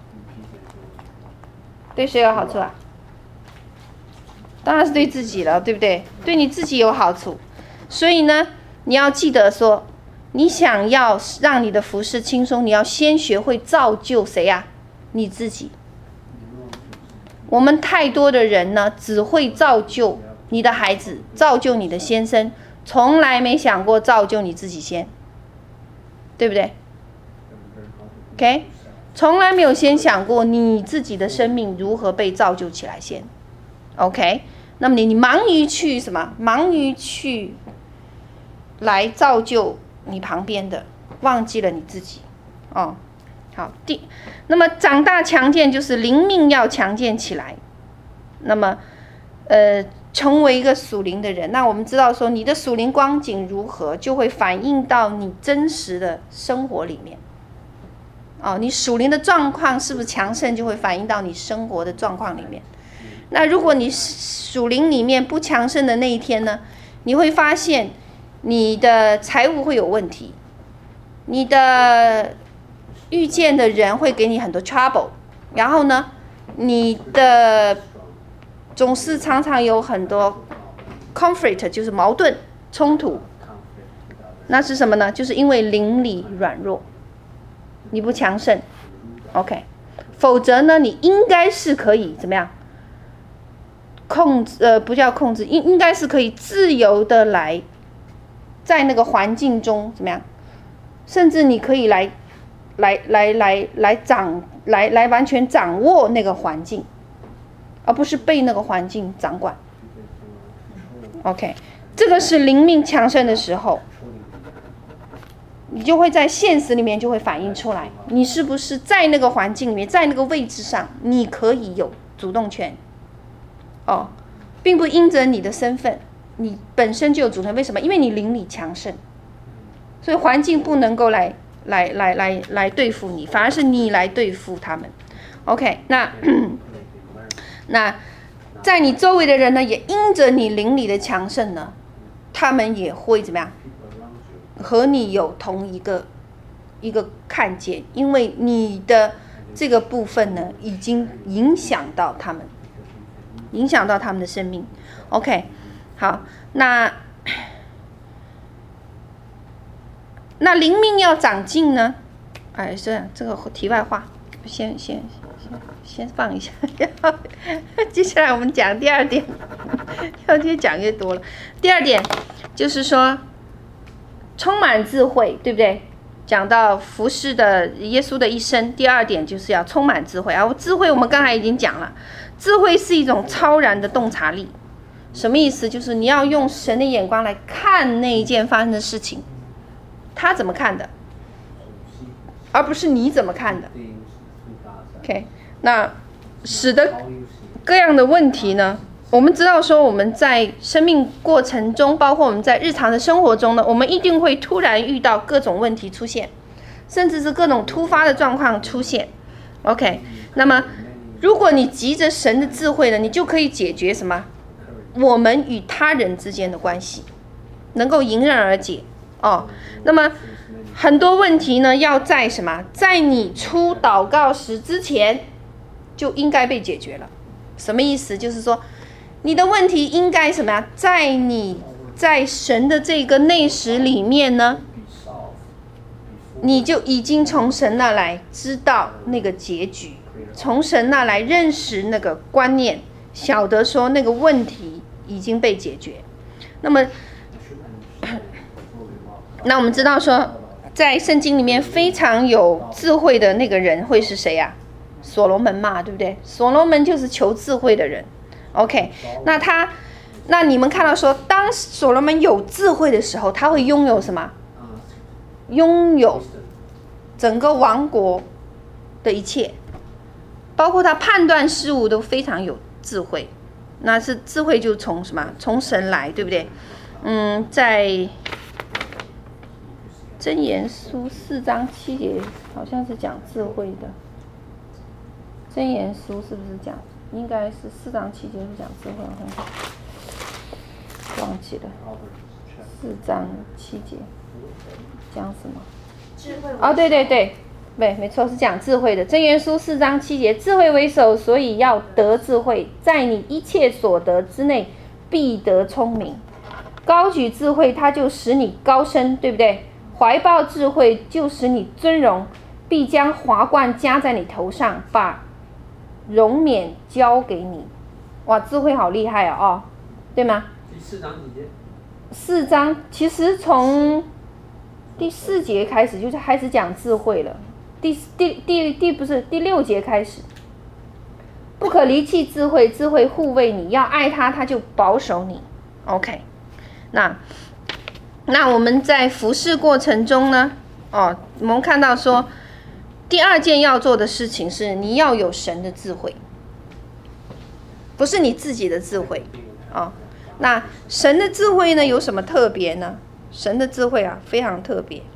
对谁有好处啊？当然是对自己了，对不对？对你自己有好处。所以呢，你要记得说，你想要让你的服事轻松，你要先学会造就谁呀？你自己。我们太多的人呢，只会造就你的孩子，造就你的先生，从来没想过造就你自己先，对不对 ？OK， 从来没有先想过你自己的生命如何被造就起来先。OK， 那么你忙于去什么？忙于去来造就你旁边的，忘记了你自己。哦。好，那么长大强健就是灵命要强健起来，那么成为一个属灵的人。那我们知道说你的属灵光景如何，就会反映到你真实的生活里面。你属灵的状况是不是强盛，就会反映到你生活的状况里面。那如果你属灵里面不强盛的那一天呢，你会发现你的财务会有问题，你的遇见的人会给你很多 trouble， 然后呢，你的总是常常有很多 conflict， 就是矛盾冲突。那是什么呢？就是因为灵里软弱，你不强盛 ，OK， 否则呢，你应该是可以怎么样不叫控制，应该是可以自由的来在那个环境中怎么样，甚至你可以来完全掌握那个环境，而不是被那个环境掌管。OK， 这个是灵命强盛的时候，你就会在现实里面就会反映出来，你是不是在那个环境里面，在那个位置上，你可以有主动权。并不因着你的身份，你本身就有主动。为什么？因为你灵里强盛，所以环境不能够来对付你，反而是你来对付他们。OK， 那在你周围的人呢，也因着你灵里的强盛呢，他们也会怎么样？和你有同一个看见，因为你的这个部分呢，已经影响到他们的生命。OK， 好，那灵命要长进呢？这个题外话，先放一下。接下来我们讲第2点，要越讲越多了。第2点就是说，充满智慧，对不对？讲到服侍的耶稣的一生，第2点就是要充满智慧。智慧我们刚才已经讲了，智慧是一种超然的洞察力。什么意思？就是你要用神的眼光来看那一件发生的事情，他怎么看的，而不是你怎么看的。OK， 那使得各样的问题呢，我们知道说我们在生命过程中，包括我们在日常的生活中呢，我们一定会突然遇到各种问题出现，甚至是各种突发的状况出现。OK， 那么如果你急着神的智慧呢，你就可以解决什么？我们与他人之间的关系，能够迎刃而解。那么很多问题呢，要在什么？在你出祷告时之前，就应该被解决了。什么意思？就是说，你的问题应该什么呀？在你在神的这个内室里面呢，你就已经从神那来知道那个结局，从神那来认识那个观念，晓得说那个问题已经被解决。那么，那我们知道说，在圣经里面非常有智慧的那个人会是谁呀？所罗门嘛，对不对？所罗门就是求智慧的人。OK， 那你们看到说，当所罗门有智慧的时候，他会拥有什么？拥有整个王国的一切，包括他判断事物都非常有智慧。那是智慧就从什么？从神来，对不对？在箴言书4章7节好像是讲智慧的。箴言书是不是讲？应该是4章7节是讲智慧，我看忘记了。4章7节讲什么？ 智慧。 哦，对，没错，是讲智慧的。箴言书4章7节，智慧为首，所以要得智慧，在你一切所得之内必得聪明。高举智慧，它就使你高升，对不对？怀抱智慧，就使你尊荣，必将华冠加在你头上，把荣冕交给你。哇，智慧好厉害哦，对吗？ 第4章几节 ？4章其实从第4节开始就是开始讲智慧了。不是第6节开始，不可离弃智慧，智慧护卫你，要爱他，他就保守你。OK， 那我们在服事过程中呢，我们看到说，第2件要做的事情是你要有神的智慧，不是你自己的智慧那神的智慧呢有什么特别呢？神的智慧啊非常特别。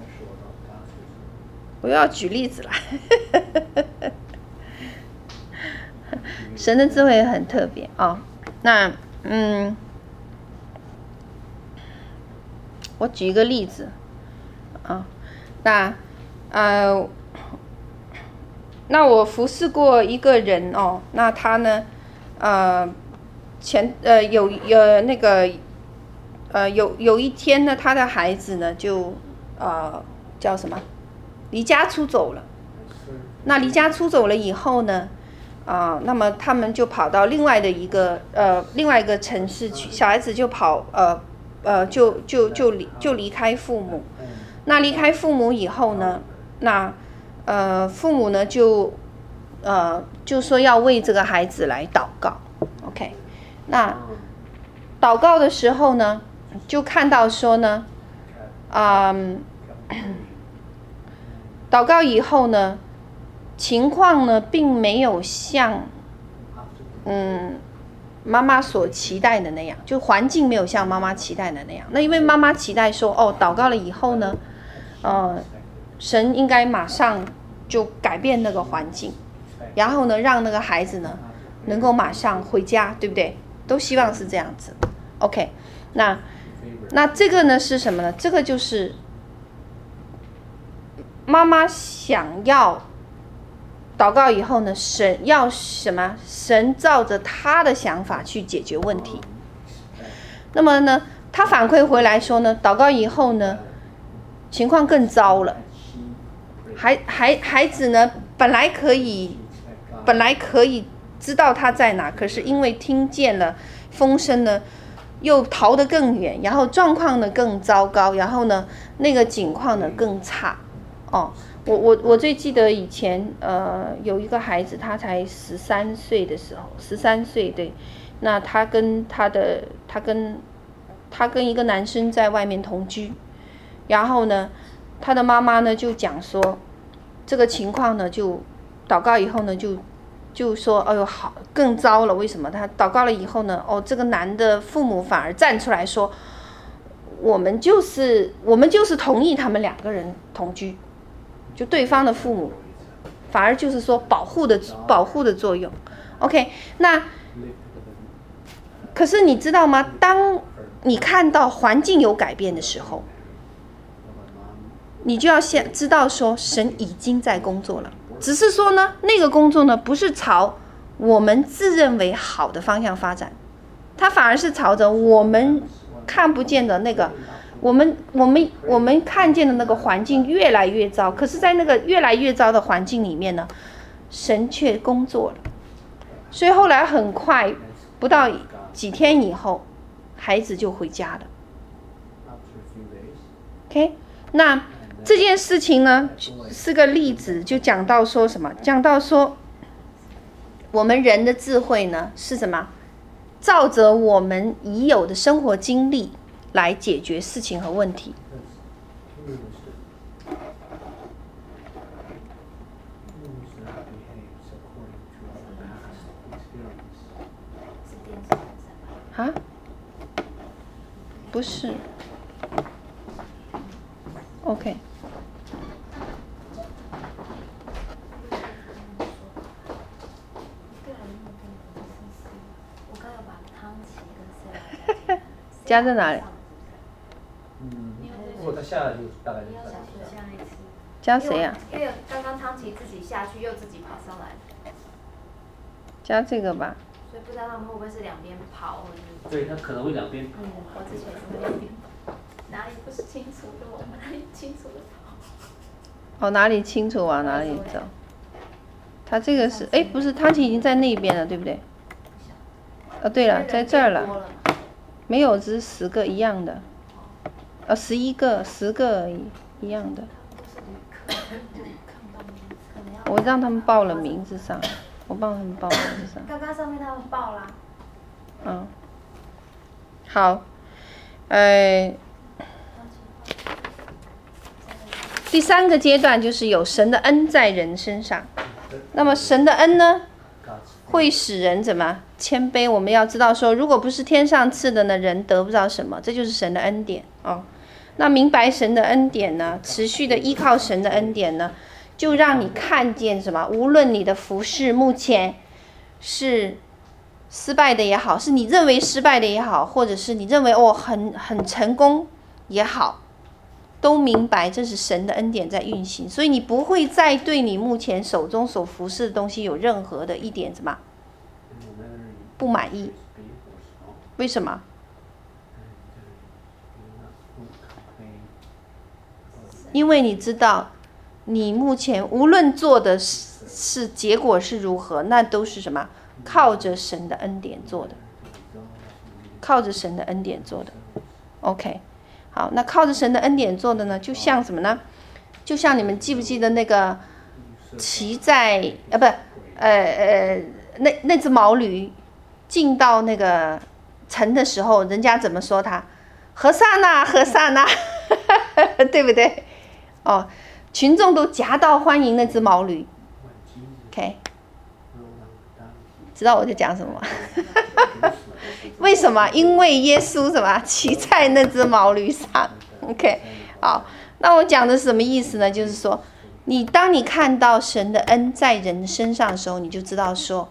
我又要举例子了神的智慧很特别那我举一个例子那我服侍过一个人那他呢有一天呢，他的孩子呢就叫什么？离家出走了。那离家出走了以后呢，那么他们就跑到另外一个城市去，小孩子就就离开父母。那离开父母以后呢，那父母呢就说要为这个孩子来祷告。OK， 那祷告的时候呢，就看到说呢，祷告以后呢，情况呢并没有像妈妈所期待的那样，就环境没有像妈妈期待的那样。那因为妈妈期待说祷告了以后呢，神应该马上就改变那个环境，然后呢让那个孩子呢能够马上回家，对不对？都希望是这样子。OK， 那这个呢是什么呢？这个就是妈妈想要祷告以后呢，神要什么？神照着他的想法去解决问题。那么呢，他反馈回来说呢，祷告以后呢，情况更糟了。孩子呢，本来可以知道他在哪，可是因为听见了风声呢，又逃得更远，然后状况呢更糟糕，然后呢那个境况呢更差。我最记得以前有一个孩子，他才13岁的时候，13岁对，那他跟一个男生在外面同居，然后呢，他的妈妈呢就讲说，这个情况呢就祷告以后呢就说，哎呦好更糟了，为什么？他祷告了以后呢，这个男的父母反而站出来说，我们就是同意他们2个人同居。就对方的父母反而就是说保护的作用。 OK， 那可是你知道吗？当你看到环境有改变的时候， 你就要先知道说神已经在工作了，只是说呢，那个工作呢不是朝我们自认为好的方向发展，它反而是朝着我们看不见的那个，我们看见的那个环境越来越糟，可是在那个越来越糟的环境里面呢，神却工作了。所以后来很快，不到几天以后，孩子就回家了。OK， 那这件事情呢是个例子，就讲到说什么？讲到说我们人的智慧呢是什么？照着我们已有的生活经历来解决事情和问题。啊？不是。OK。加在哪里？ 如果他下来就大概加谁呀？ 因为刚刚汤琪自己下去，又自己跑上来。 加这个吧。 所以不知道他们会不会是两边跑，或者是？ 对，他可能会两边跑。 我之前是两边跑，哪里不是清楚的，我们哪里清楚的跑。 哦，哪里清楚往哪里走。他这个是，不是，汤琪已经在那边了，对不对？对了，在这儿了。没有，只是10个一样的，11个，10个而已，一样的。我让他们报了名字上，我帮他们报名字上。 刚刚上面他们报啦。 好，第3个阶段就是有神的恩在人身上。那么神的恩呢，会使人怎么谦卑？我们要知道说，如果不是天上赐的呢，人得不到什么，这就是神的恩典哦。那明白神的恩典呢，持续的依靠神的恩典呢，就让你看见什么？无论你的服事目前是失败的也好，是你认为失败的也好，或者是你认为很成功也好，都明白这是神的恩典在运行，所以你不会再对你目前手中所服事的东西有任何的一点什么不满意。为什么？因为你知道你目前无论做的是结果是如何，那都是什么？靠着神的恩典做的，靠着神的恩典做的。 OK， 好，那靠着神的恩典做的呢，就像什么呢？就像你们记不记得那个骑在那只毛驴进到那个城的时候，人家怎么说他？和散那，和散那，对不对？哦，群众都夹道欢迎那只毛驴。OK， 知道我在讲什么吗？为什么？因为耶稣什么骑在那只毛驴上。OK， 好，那我讲的是什么意思呢？就是说，当你看到神的恩在人身上的时候，你就知道说，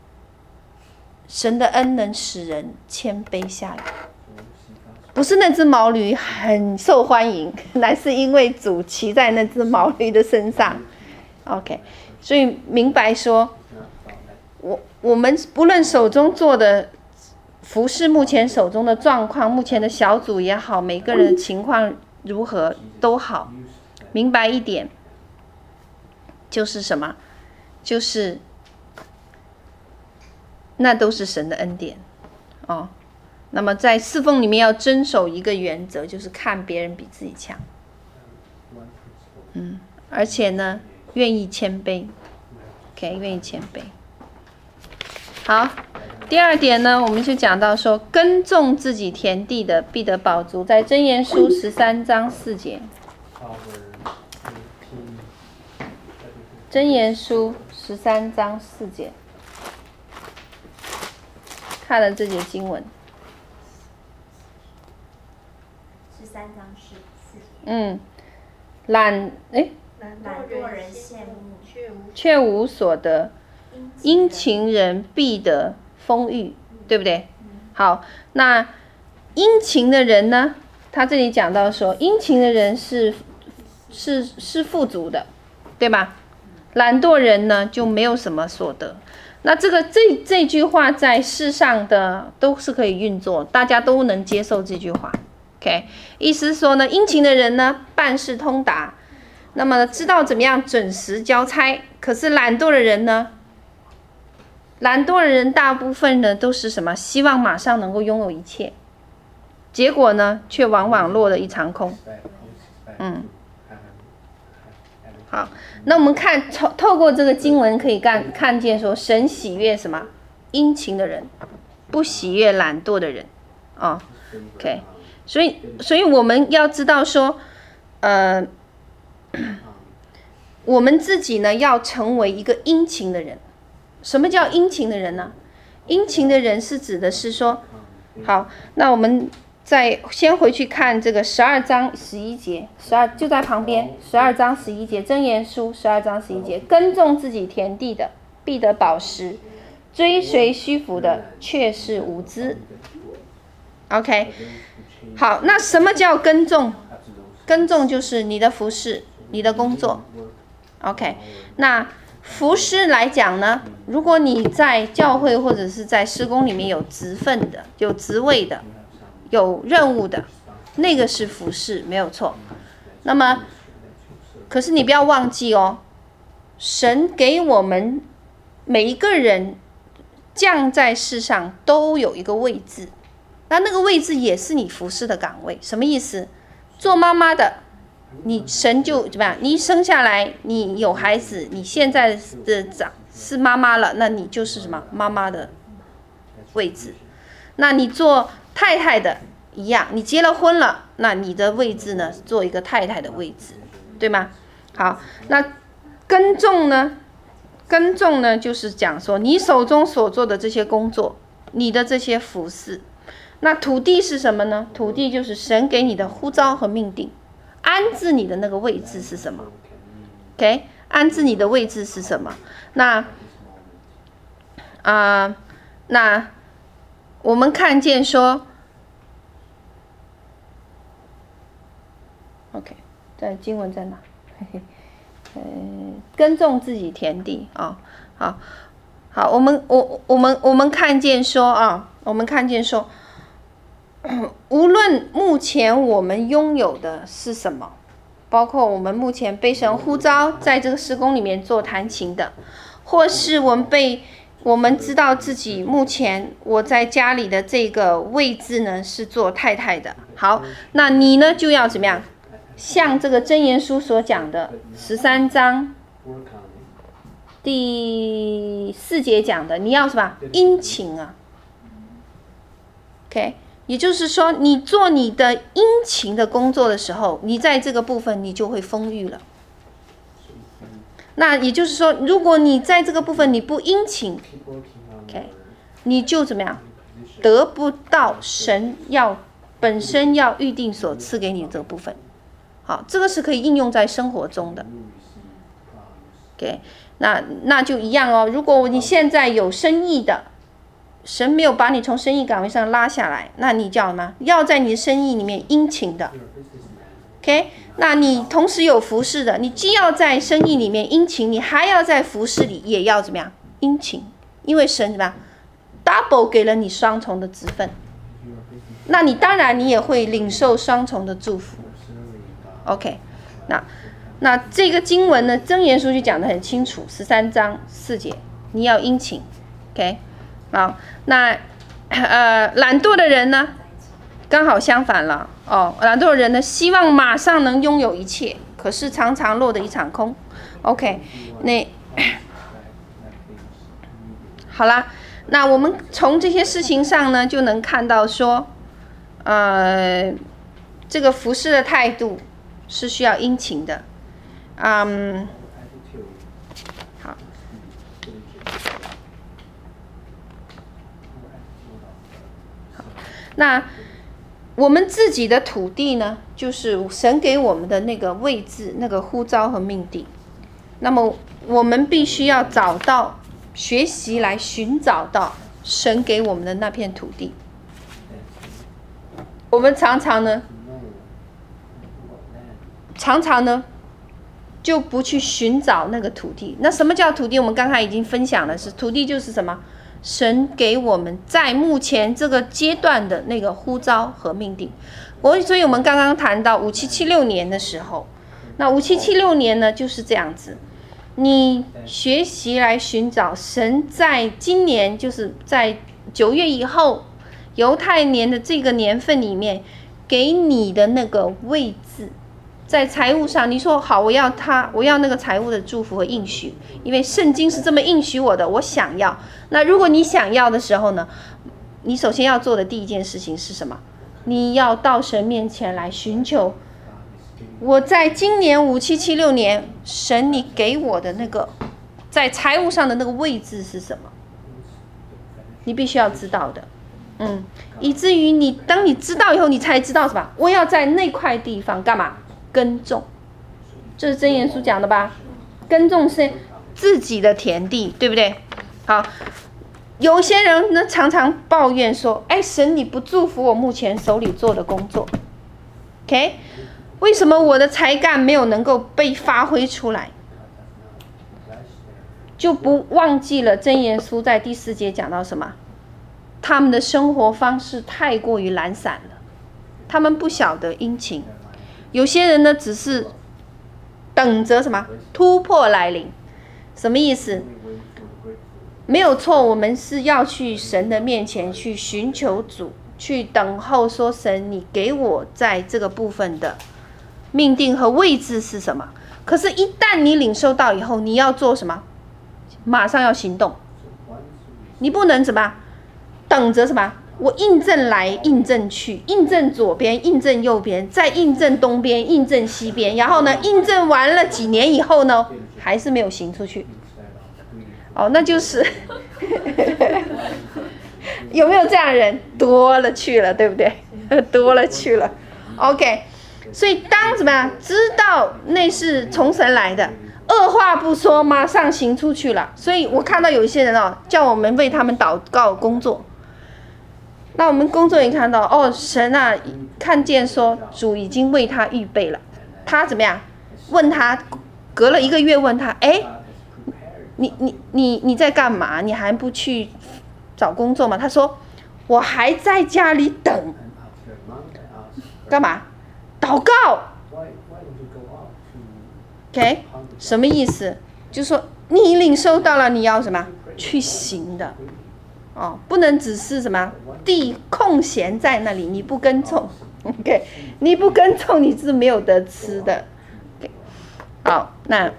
神的恩能使人谦卑下来。不是那只毛驴很受欢迎，乃是因为主骑在那只毛驴的身上。OK， 所以明白说，我们不论手中做的服事，目前手中的状况，目前的小组也好，每个人的情况如何都好，明白一点，就是什么？就是那都是神的恩典哦。那么在侍奉里面要遵守一个原则，就是看别人比自己强，而且呢，愿意谦卑 ，OK， 愿意谦卑。好，第二点呢，我们就讲到说，耕种自己田地的必得饱足，在箴言书13章4节。箴言书13章4节，看了这节经文。 13章4节。 懒惰人羡慕， 却无所得，殷勤人必得丰裕，对不对？好，那殷勤的人呢？他这里讲到说，殷勤的人是是富足的，对吧？懒惰人呢就没有什么所得。那这句话在世上的都是可以运作，大家都能接受这句话。OK， 意思是说呢，殷勤的人呢办事通达，那么知道怎么样准时交差。可是懒惰的人呢，懒惰的人大部分呢都是什么？希望马上能够拥有一切，结果呢却往往落得一场空。好，那我们透过这个经文可以看见说，神喜悦什么？殷勤的人，不喜悦懒惰的人。OK， 所以我们要知道说，我们自己呢要成为一个殷勤的人。什么叫殷勤的人呢？殷勤的人是指的是说，好，那我们再先回去看这个12章11节，12就在旁边，12章11节，箴言书12章11节，耕种自己田地的必得饱食，追随虚浮的却是无知。OK， 好，那什么叫耕种？耕种就是你的服事，你的工作。OK， 那服事来讲呢，如果你在教会或者是在施工里面有职分的、有职位的、有任务的，那个是服事，没有错。那么，可是你不要忘记哦，神给我们每一个人降在世上都有一个位置，那个位置也是你服事的岗位。什么意思？做妈妈的，你神就怎么样？你一生下来，你有孩子，你现在的是妈妈了，那你就是什么妈妈的位置。那你做太太的一样，你结了婚了，那你的位置呢，做一个太太的位置，对吗？好，那耕种呢，就是讲说你手中所做的这些工作，你的这些服事。那土地是什么呢？土地就是神给你的呼召和命定，安置你的那个位置是什么 ？OK， 安置你的位置是什么？那我们看见说 ，OK， 在经文在哪？耕种自己田地啊，好，我们看见说啊，无论目前我们拥有的是什么，包括我们目前被神呼召在这个施工里面做弹琴的，或是我们知道自己目前我在家里的这个位置呢是做太太的。好，那你呢就要怎么样？像这个箴言书所讲的13章第4节讲的，你要什么？殷勤啊。OK， 也就是说，你做你的殷勤的工作的时候，你在这个部分你就会丰裕了。那也就是说，如果你在这个部分你不殷勤 ，OK， 你就怎么样？得不到神本身要预定所赐给你的这个部分。好，这个是可以应用在生活中的。OK， 那就一样哦。如果你现在有生意的，神没有把你从生意岗位上拉下来，那你叫什么？要在你的生意里面殷勤的。OK， 那你同时有服事的，你既要在生意里面殷勤，你还要在服事里也要怎么样？殷勤，因为神怎么样 ？double 给了你双重的职分，那你当然你也会领受双重的祝福。OK， 那这个经文呢，箴言书就讲得很清楚，13章4节，你要殷勤。OK， 好，那懒惰的人呢，刚好相反了哦。懒惰的人呢，希望马上能拥有一切，可是常常落得一场空。OK， 好啦，那我们从这些事情上呢，就能看到说，这个服事的态度是需要殷勤的。好，那我们自己的土地呢，就是神给我们的那个位置、那个呼召和命定。那么我们必须要学习来寻找到神给我们的那片土地。我们常常呢就不去寻找那个土地。那什么叫土地？我们刚才已经分享了，是土地就是什么？神给我们在目前这个阶段的那个呼召和命定。所以我们刚刚谈到5776年的时候，那5776年呢就是这样子，你学习来寻找神在今年，就是在9月以后犹太年的这个年份里面给你的那个位置。在财务上，你说好，我要那个财务的祝福和应许，因为圣经是这么应许我的，我想要。那如果你想要的时候呢，你首先要做的第一件事情是什么？你要到神面前来寻求，我在今年5776年，神你给我的那个在财务上的那个位置是什么？你必须要知道的。以至于当你知道以后，你才知道什么？我要在那块地方干嘛？耕种，这是箴言书讲的吧？耕种是自己的田地，对不对？好，有些人呢常常抱怨说：“哎，神你不祝福我目前手里做的工作 ，OK？ 为什么我的才干没有能够被发挥出来？”就不忘记了箴言书在第4节讲到什么？他们的生活方式太过于懒散了，他们不晓得殷勤。有些人呢，只是等着什么突破来临，什么意思？没有错，我们是要去神的面前去寻求主，去等候说神，你给我在这个部分的命定和位置是什么？可是，一旦你领受到以后，你要做什么？马上要行动，你不能怎么等着什么？我印证来，印证去，印证左边，印证右边，再印证东边，印证西边，然后呢，印证完了几年以后呢，还是没有行出去。那就是有没有这样的人？多了去了，对不对？多了去了。OK， 所以当怎么样知道那是从神来的，二话不说，马上行出去了。所以我看到有一些人叫我们为他们祷告工作。那我们工作也看到神啊，看见说主已经为他预备了，他怎么样？问他，隔了1个月问他，你在干嘛？你还不去找工作吗？他说我还在家里等，干嘛？祷告。OK， 什么意思？就是说你领受到了，你要什么？去行的。不能只是什么地空闲在那里，你不耕种 ，OK， 你不耕种你是没有得吃的。Okay， 好，那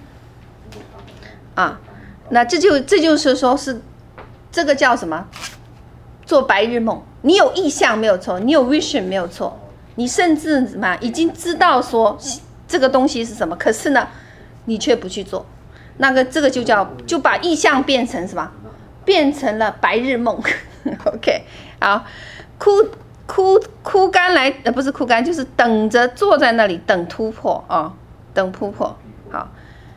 那这就是说是这个叫什么？做白日梦。你有意向没有错，你有 vision 没有错，你甚至什么已经知道说这个东西是什么，可是呢，你却不去做，这个就把意向变成什么？变成了白日梦，OK， 好，枯干来，不是枯干，就是等着坐在那里等突破等突破，好，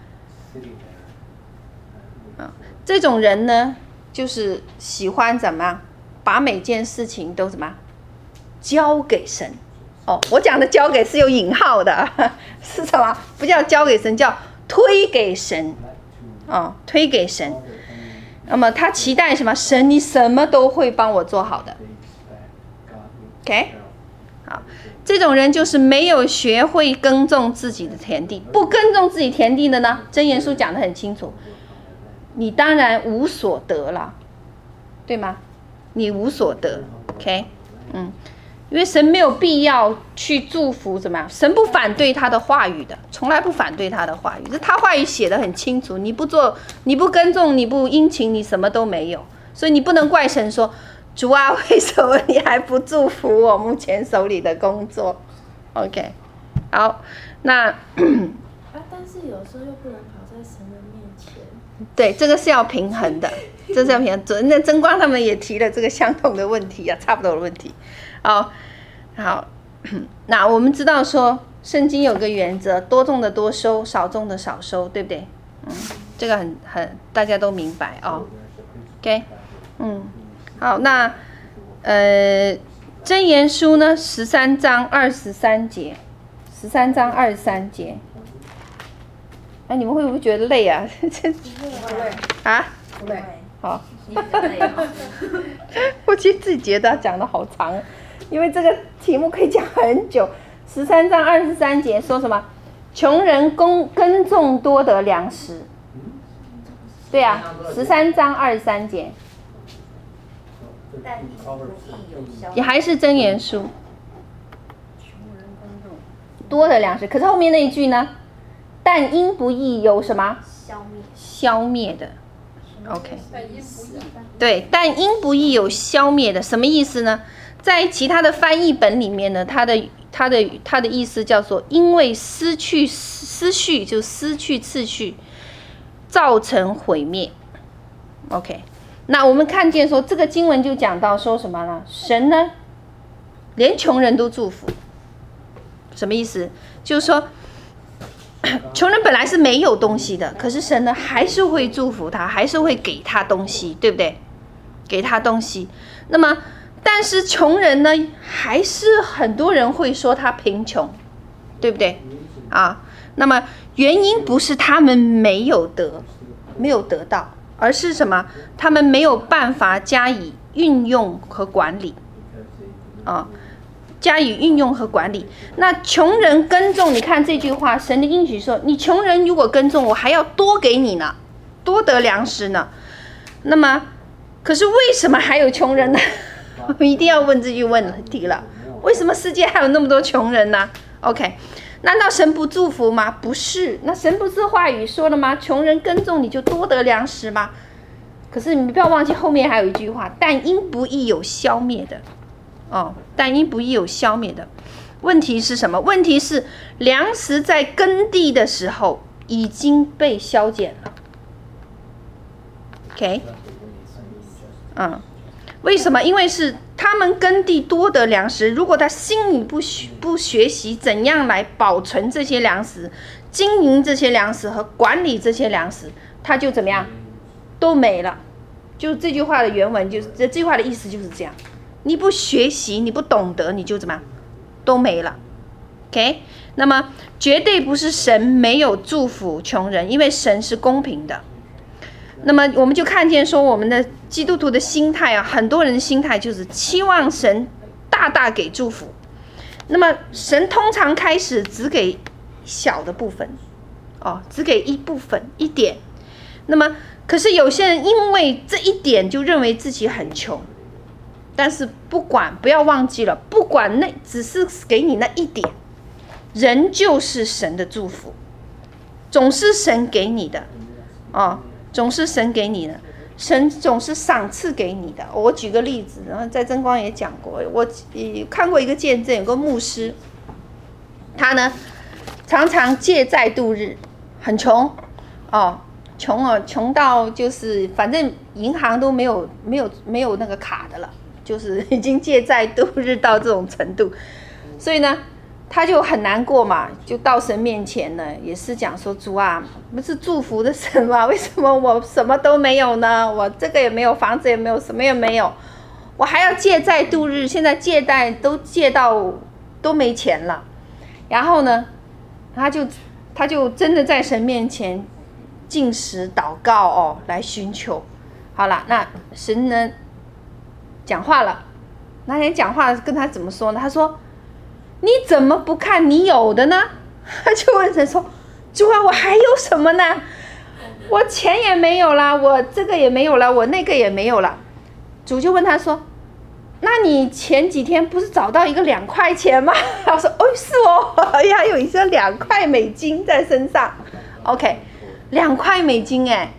这种人呢，就是喜欢怎么把每件事情都怎么交给神，我讲的交给是有引号的，是什么？不叫交给神，叫推给神，推给神。那么他期待什么？神，你什么都会帮我做好的。OK， 好，这种人就是没有学会耕种自己的田地，不耕种自己田地的呢，箴言书讲得很清楚，你当然无所得了，对吗？你无所得 ，OK， 因为神没有必要去祝福怎么样？神不反对他的话语的，从来不反对他的话语。这他话语写得很清楚，你不做，你不耕种，你不殷勤，你什么都没有。所以你不能怪神说，主啊，为什么你还不祝福我目前手里的工作 ？OK， 好，那但是有时候又不能跑在神的面前。 对，这个是要平衡的，这是要平衡。那真光他们也提了这个相同的问题差不多的问题。好，那我们知道说，圣经有个原则，多种的多收，少种的少收，对不对？这个很大家都明白OK， 好，那箴言书呢，13章23节，13章23节。 哎，你们会不会觉得累啊？啊？ 不累。 好， 你比较累哦。 我其实自己觉得讲的好长，因为这个题目可以讲很久。13章23节说什么？穷人耕种多得粮食。对啊，13章23节。 但因不义有消。 也还是箴言书。多的粮食，可是后面那一句呢？但因不义有什么？消灭的。OK。 但因不义。 对，但因不义有消灭的，什么意思呢？在其他的翻译本里面呢，它的意思叫做因为失去次序，造成毁灭。OK。那我们看见说这个经文就讲到说什么呢？神呢，连穷人都祝福。什么意思？就是说，穷人本来是没有东西的，可是神呢还是会祝福他，还是会给他东西，对不对？给他东西。那么，但是穷人呢，还是很多人会说他贫穷，对不对？啊，那么原因不是他们没有得到，而是什么？他们没有办法加以运用和管理，啊。加以运用和管理。那穷人耕种，你看这句话，神的应许说，你穷人如果耕种，我还要多给你呢，多得粮食呢。那么，可是为什么还有穷人呢？我们一定要问这句问题了，为什么世界还有那么多穷人呢 ？OK， 难道神不祝福吗？不是，那神不是话语说了吗？穷人耕种，你就多得粮食吗？可是你不要忘记后面还有一句话，但因不义有消灭的。但因不义有消灭的。问题是什么？问题是粮食在耕地的时候已经被削减了。OK， 为什么？因为是他们耕地多得粮食，如果他心里不学习怎样来保存这些粮食、经营这些粮食和管理这些粮食，他就怎么样都没了。就这句话的原文，就是这句话的意思就是这样。你不学习，你不懂得，你就怎么样都没了。OK， 那么绝对不是神没有祝福穷人，因为神是公平的。那么我们就看见说，我们的基督徒的心态啊，很多人的心态就是期望神大大给祝福。那么神通常开始只给小的部分，只给一部分一点。那么可是有些人因为这一点就认为自己很穷。但是不要忘记了，不管那只是给你那一点，仍旧是神的祝福，总是神给你的，总是神给你的，神总是赏赐给你的。我举个例子，然后在真光也讲过，我看过一个见证，有个牧师，他呢常常借债度日，很穷，穷到就是反正银行都没有那个卡的了。就是已经借债度日到这种程度，所以呢，他就很难过嘛，就到神面前呢，也是讲说，主啊，不是祝福的神吗？为什么我什么都没有呢？我这个也没有，房子也没有，什么也没有，我还要借债度日，现在借贷都借到都没钱了。然后呢，他就真的在神面前禁食祷告来寻求。好了，那神呢？讲话了，那天讲话跟他怎么说呢？他说：“你怎么不看你有的呢？”他就问神说：“主啊，我还有什么呢？我钱也没有了，我这个也没有了，我那个也没有了。”主就问他说：“那你前几天不是找到一个2块钱吗？”他说：“是哦，还有一些2块美金在身上。”OK， 2块美金哎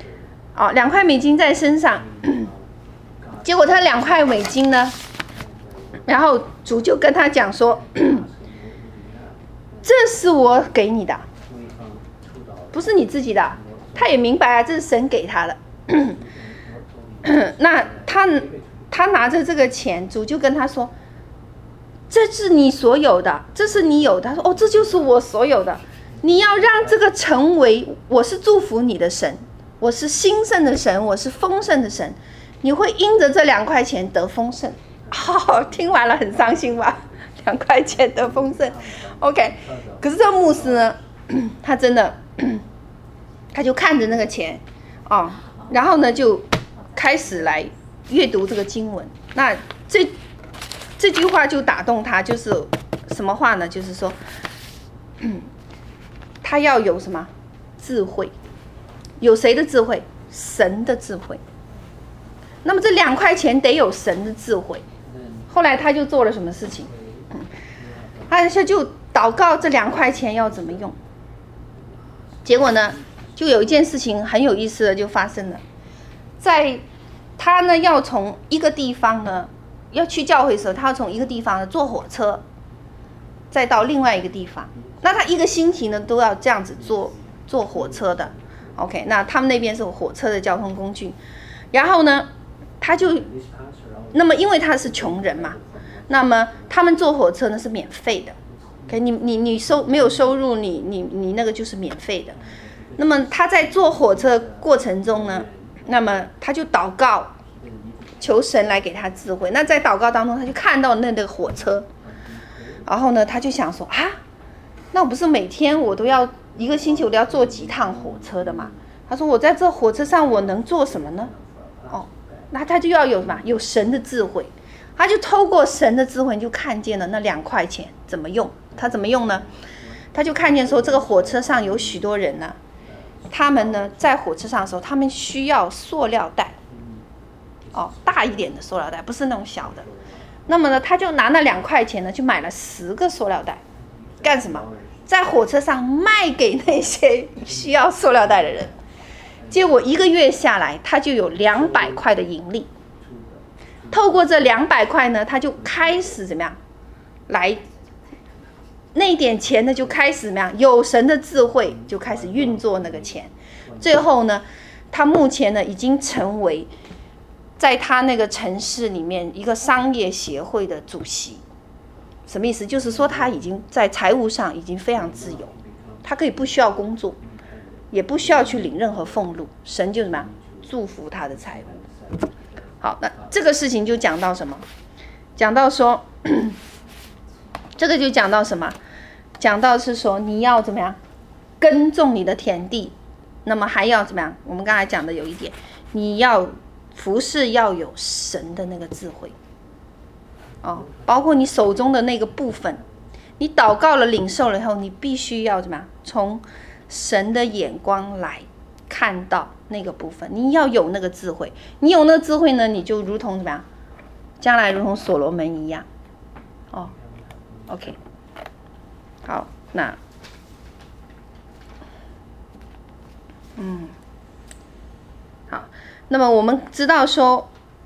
，2块美金在身上。结果他2块美金呢，然后主就跟他讲说，这是我给你的，不是你自己的。他也明白啊，这是神给他的。那他拿着这个钱，主就跟他说，这是你所有的，这是你有的。他说这就是我所有的。你要让这个成为，我是祝福你的神，我是兴盛的神，我是丰盛的神。你会因着这2块钱得丰盛。听完了很伤心吧？2块钱得丰盛 ，OK。可是这个牧师呢，他真的他就看着那个钱，哦，然后呢就开始来阅读这个经文。那这句话就打动他，就是什么话呢？就是说，他要有什么智慧？有谁的智慧？神的智慧。那么这2块钱得有神的智慧。后来他就做了什么事情？他就祷告这2块钱要怎么用。结果呢，就有一件事情很有意思的就发生了，在他呢要从一个地方呢要去教会的时候，他要从一个地方呢坐火车，再到另外一个地方。那他一个星期呢都要这样子坐火车的。OK， 那他们那边是有火车的交通工具。然后呢，他就那么因为他是穷人嘛，那么他们坐火车呢是免费的。OK， 你没有收入，你那个就是免费的。那么他在坐火车过程中呢，那么他就祷告，求神来给他智慧。那在祷告当中，他就看到那个火车，然后呢，他就想说啊，那我不是每天我都要1个星期我都要坐几趟火车的嘛？他说我在这火车上我能做什么呢？哦，那他就要有什么？有神的智慧。他就透过神的智慧，就看见了那2块钱怎么用。他怎么用呢？他就看见说，这个火车上有许多人呢，他们呢在火车上的时候，他们需要塑料袋，哦，大一点的塑料袋，不是那种小的。那么呢，他就拿那2块钱呢，去买了10个塑料袋，干什么？在火车上卖给那些需要塑料袋的人。结果1个月下来，他就有200块的盈利。透过这200块呢，他就开始怎么样？来那点钱呢，就开始怎么样？有神的智慧，就开始运作那个钱。最后呢，他目前呢已经成为在他那个城市里面一个商业协会的主席。什么意思？就是说他已经在财务上已经非常自由，他可以不需要工作，也不需要去领任何俸禄，神就怎么样祝福他的财务。好，那这个事情就讲到什么？讲到说，这个就讲到什么？讲到是说你要怎么样耕种你的田地，那么还要怎么样？我们刚才讲的有一点，你要服事要有神的那个智慧。哦，包括你手中的那个部分，你祷告了、领受了以后，你必须要怎么样？从神的眼光来看到那个部分，你要有那个智慧。你有那个智慧呢，你就如同怎么样？将来如同所罗门一样。哦 ，OK， 好，那，好，那么我们知道说，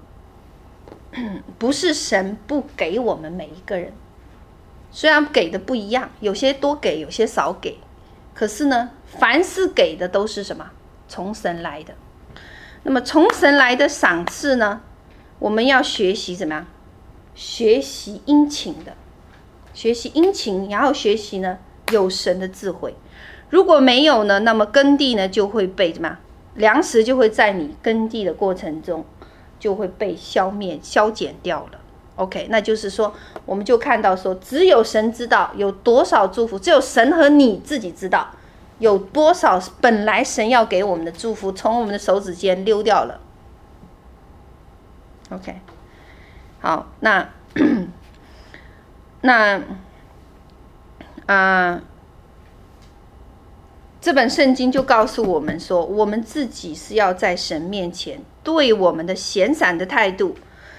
不是神不给我们每一个人，虽然给的不一样，有些多给，有些少给，可是呢，凡是给的都是什么？从神来的。那么从神来的赏赐呢，我们要学习怎么样？学习殷勤的，学习殷勤，然后学习呢有神的智慧。如果没有呢，那么耕地呢就会被怎么样？粮食就会在你耕地的过程中就会被消灭、消减掉了。OK， 那就是说，我们就看到说，只有神知道有多少祝福，只有神和你自己知道有多少本来神要给我们的祝福从我们的手指间溜掉了。OK， 好，那这本圣经就告诉我们说，我们自己是要在神面前对我们的闲散的态度、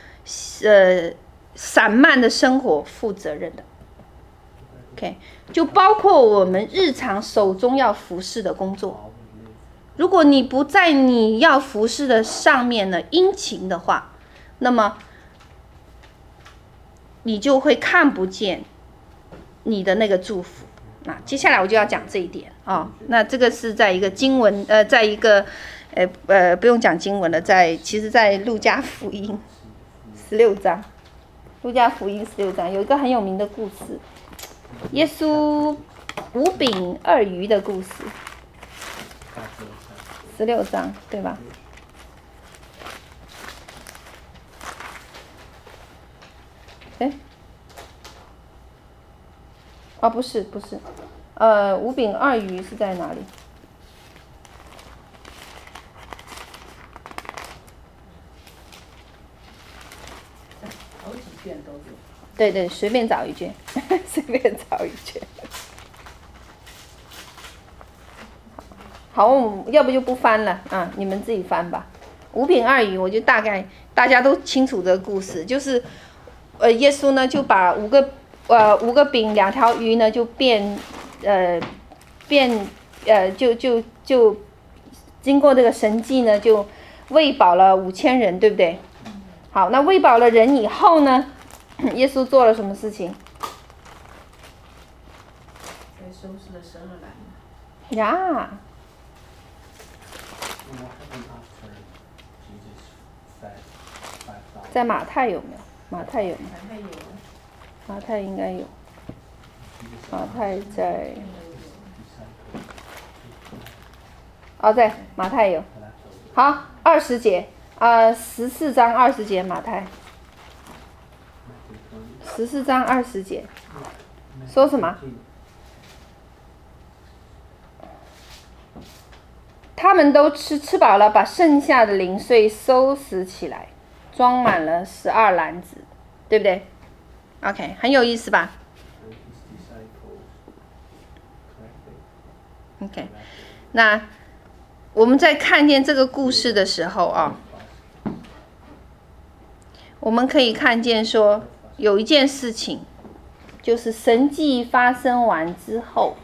散漫的生活负责任的。OK， 就包括我们日常手中要服侍的工作。如果你不在你要服侍的上面呢殷勤的话，那么你就会看不见你的那个祝福。那接下来我就要讲这一点啊。那这个是在一个经文，在一个不用讲经文了，其实在路加福音16章，路加福音16章有一个很有名的故事，耶稣5饼2鱼的故事，16章对吧？不是，5饼2鱼是在哪里？ 卷都有。 对对，随便找一卷，随便找一卷。好，我们要不就不翻了啊，你们自己翻吧。五饼二鱼，我就大概大家都清楚这个故事，就是耶稣呢就把五个饼2条鱼呢就就经过这个神迹呢就喂饱了5000人，对不对？好，那喂饱了人以后呢，耶稣做了什么事情？ 才收拾了12篮。 呀， And what happened after Jesus fed 5,000? 在马太有没有？马太有吗？ 还有马太应该有。马太在，在马太有。好，20节，14章20节，马太14章20节，说什么？他们都吃饱了，把剩下的零碎收拾起来，装满了12篮子，对不对 ？OK， 很有意思吧 ？OK， 那我们在看见这个故事的时候啊，我们可以看见说有一件事情，就是神迹发生完之后。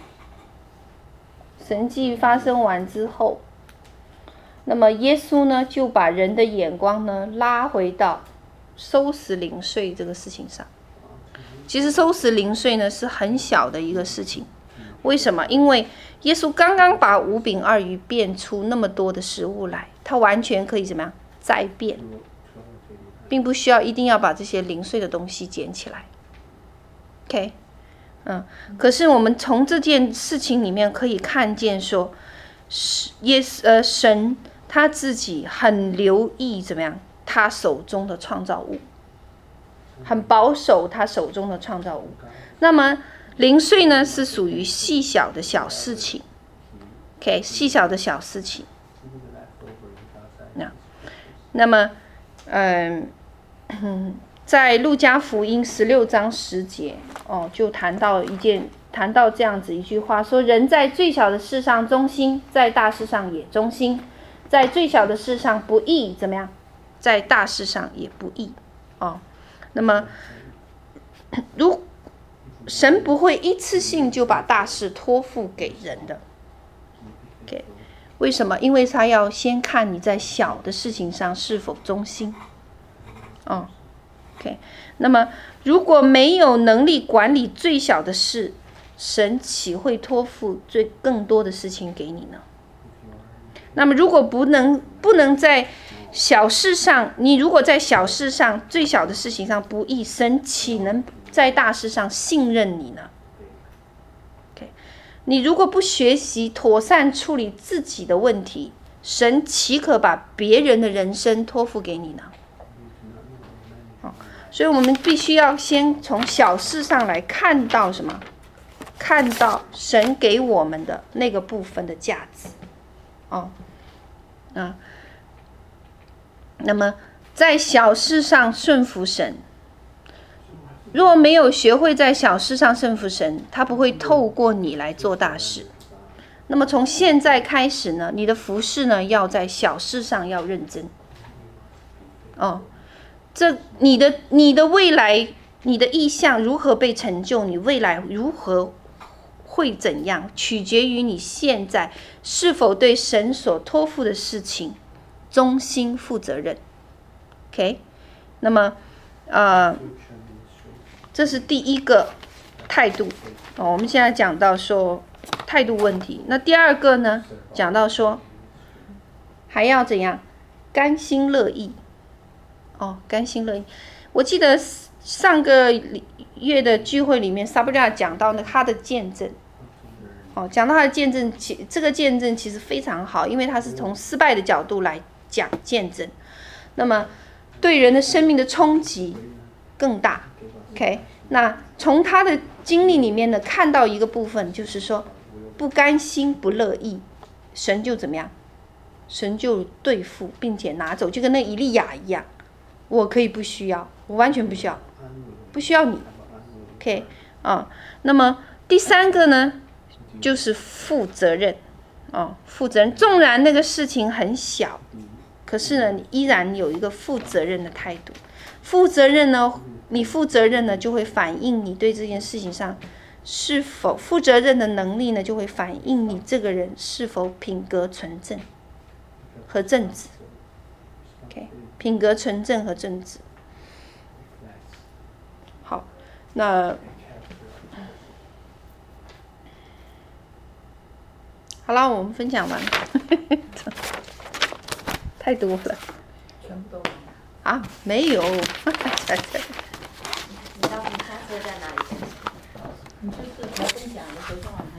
神迹发生完之后，那么耶稣呢就把人的眼光呢拉回到收拾零碎这个事情上。其实收拾零碎呢是很小的一个事情，为什么？因为耶稣刚刚把5饼2鱼变出那么多的食物来，他完全可以怎么样再变，并不需要一定要把这些零碎的东西捡起来。OK。可是我们从这件事情里面可以看见说，神他自己很留意怎么样，他手中的创造物，很保守他手中的创造物。那么零碎呢是属于细小的小事情 ，OK， 细小的小事情。那么在路加福音16章10节就谈到这样子一句话，说人在最小的事上忠心，在大事上也忠心，在最小的事上不义，怎么样？在大事上也不义那么神不会一次性就把大事托付给人的 ，OK？ 为什么？因为他要先看你在小的事情上是否忠心OK， 那么如果没有能力管理最小的事，神岂会托付更多的事情给你呢？那么如果不能在小事上，你如果在小事上最小的事情上不义，神岂能在大事上信任你呢 ？OK， 你如果不学习妥善处理自己的问题，神岂可把别人的人生托付给你呢？所以我们必须要先从小事上来看到什么？看到神给我们的那个部分的价值那么在小事上顺服神，若没有学会在小事上顺服神，他不会透过你来做大事。那么从现在开始呢，你的服事呢要在小事上要认真你的未来，你的意向如何被成就，你未来如何会怎样，取决于你现在是否对神所托付的事情忠心负责任 OK， 那么这是第一个态度我们现在讲到说态度问题。那第二个呢，讲到说还要怎样甘心乐意甘心乐意。我记得上个月的聚会里面 Sabrina 讲到他的见证讲到他的见证，这个见证其实非常好，因为他是从失败的角度来讲见证，那么对人的生命的冲击更大 OK， 那从他的经历里面呢，看到一个部分，就是说不甘心不乐意，神就怎么样，神就对付并且拿走，就跟那以利亚一样我可以不需要，我完全不需要，不需要你。OK 啊，那么第三个呢，就是负责任啊，负责任。纵然那个事情很小，可是呢，你依然有一个负责任的态度。负责任呢，你负责任呢，就会反映你对这件事情上是否负责任的能力呢，就会反映你这个人是否品格纯正和正直。OK， 品格纯正和正直。好，那好了，我们分享完了，太多了。 全部都完了。 啊，没有。 你下车在哪里？ 你就是才分享的时候，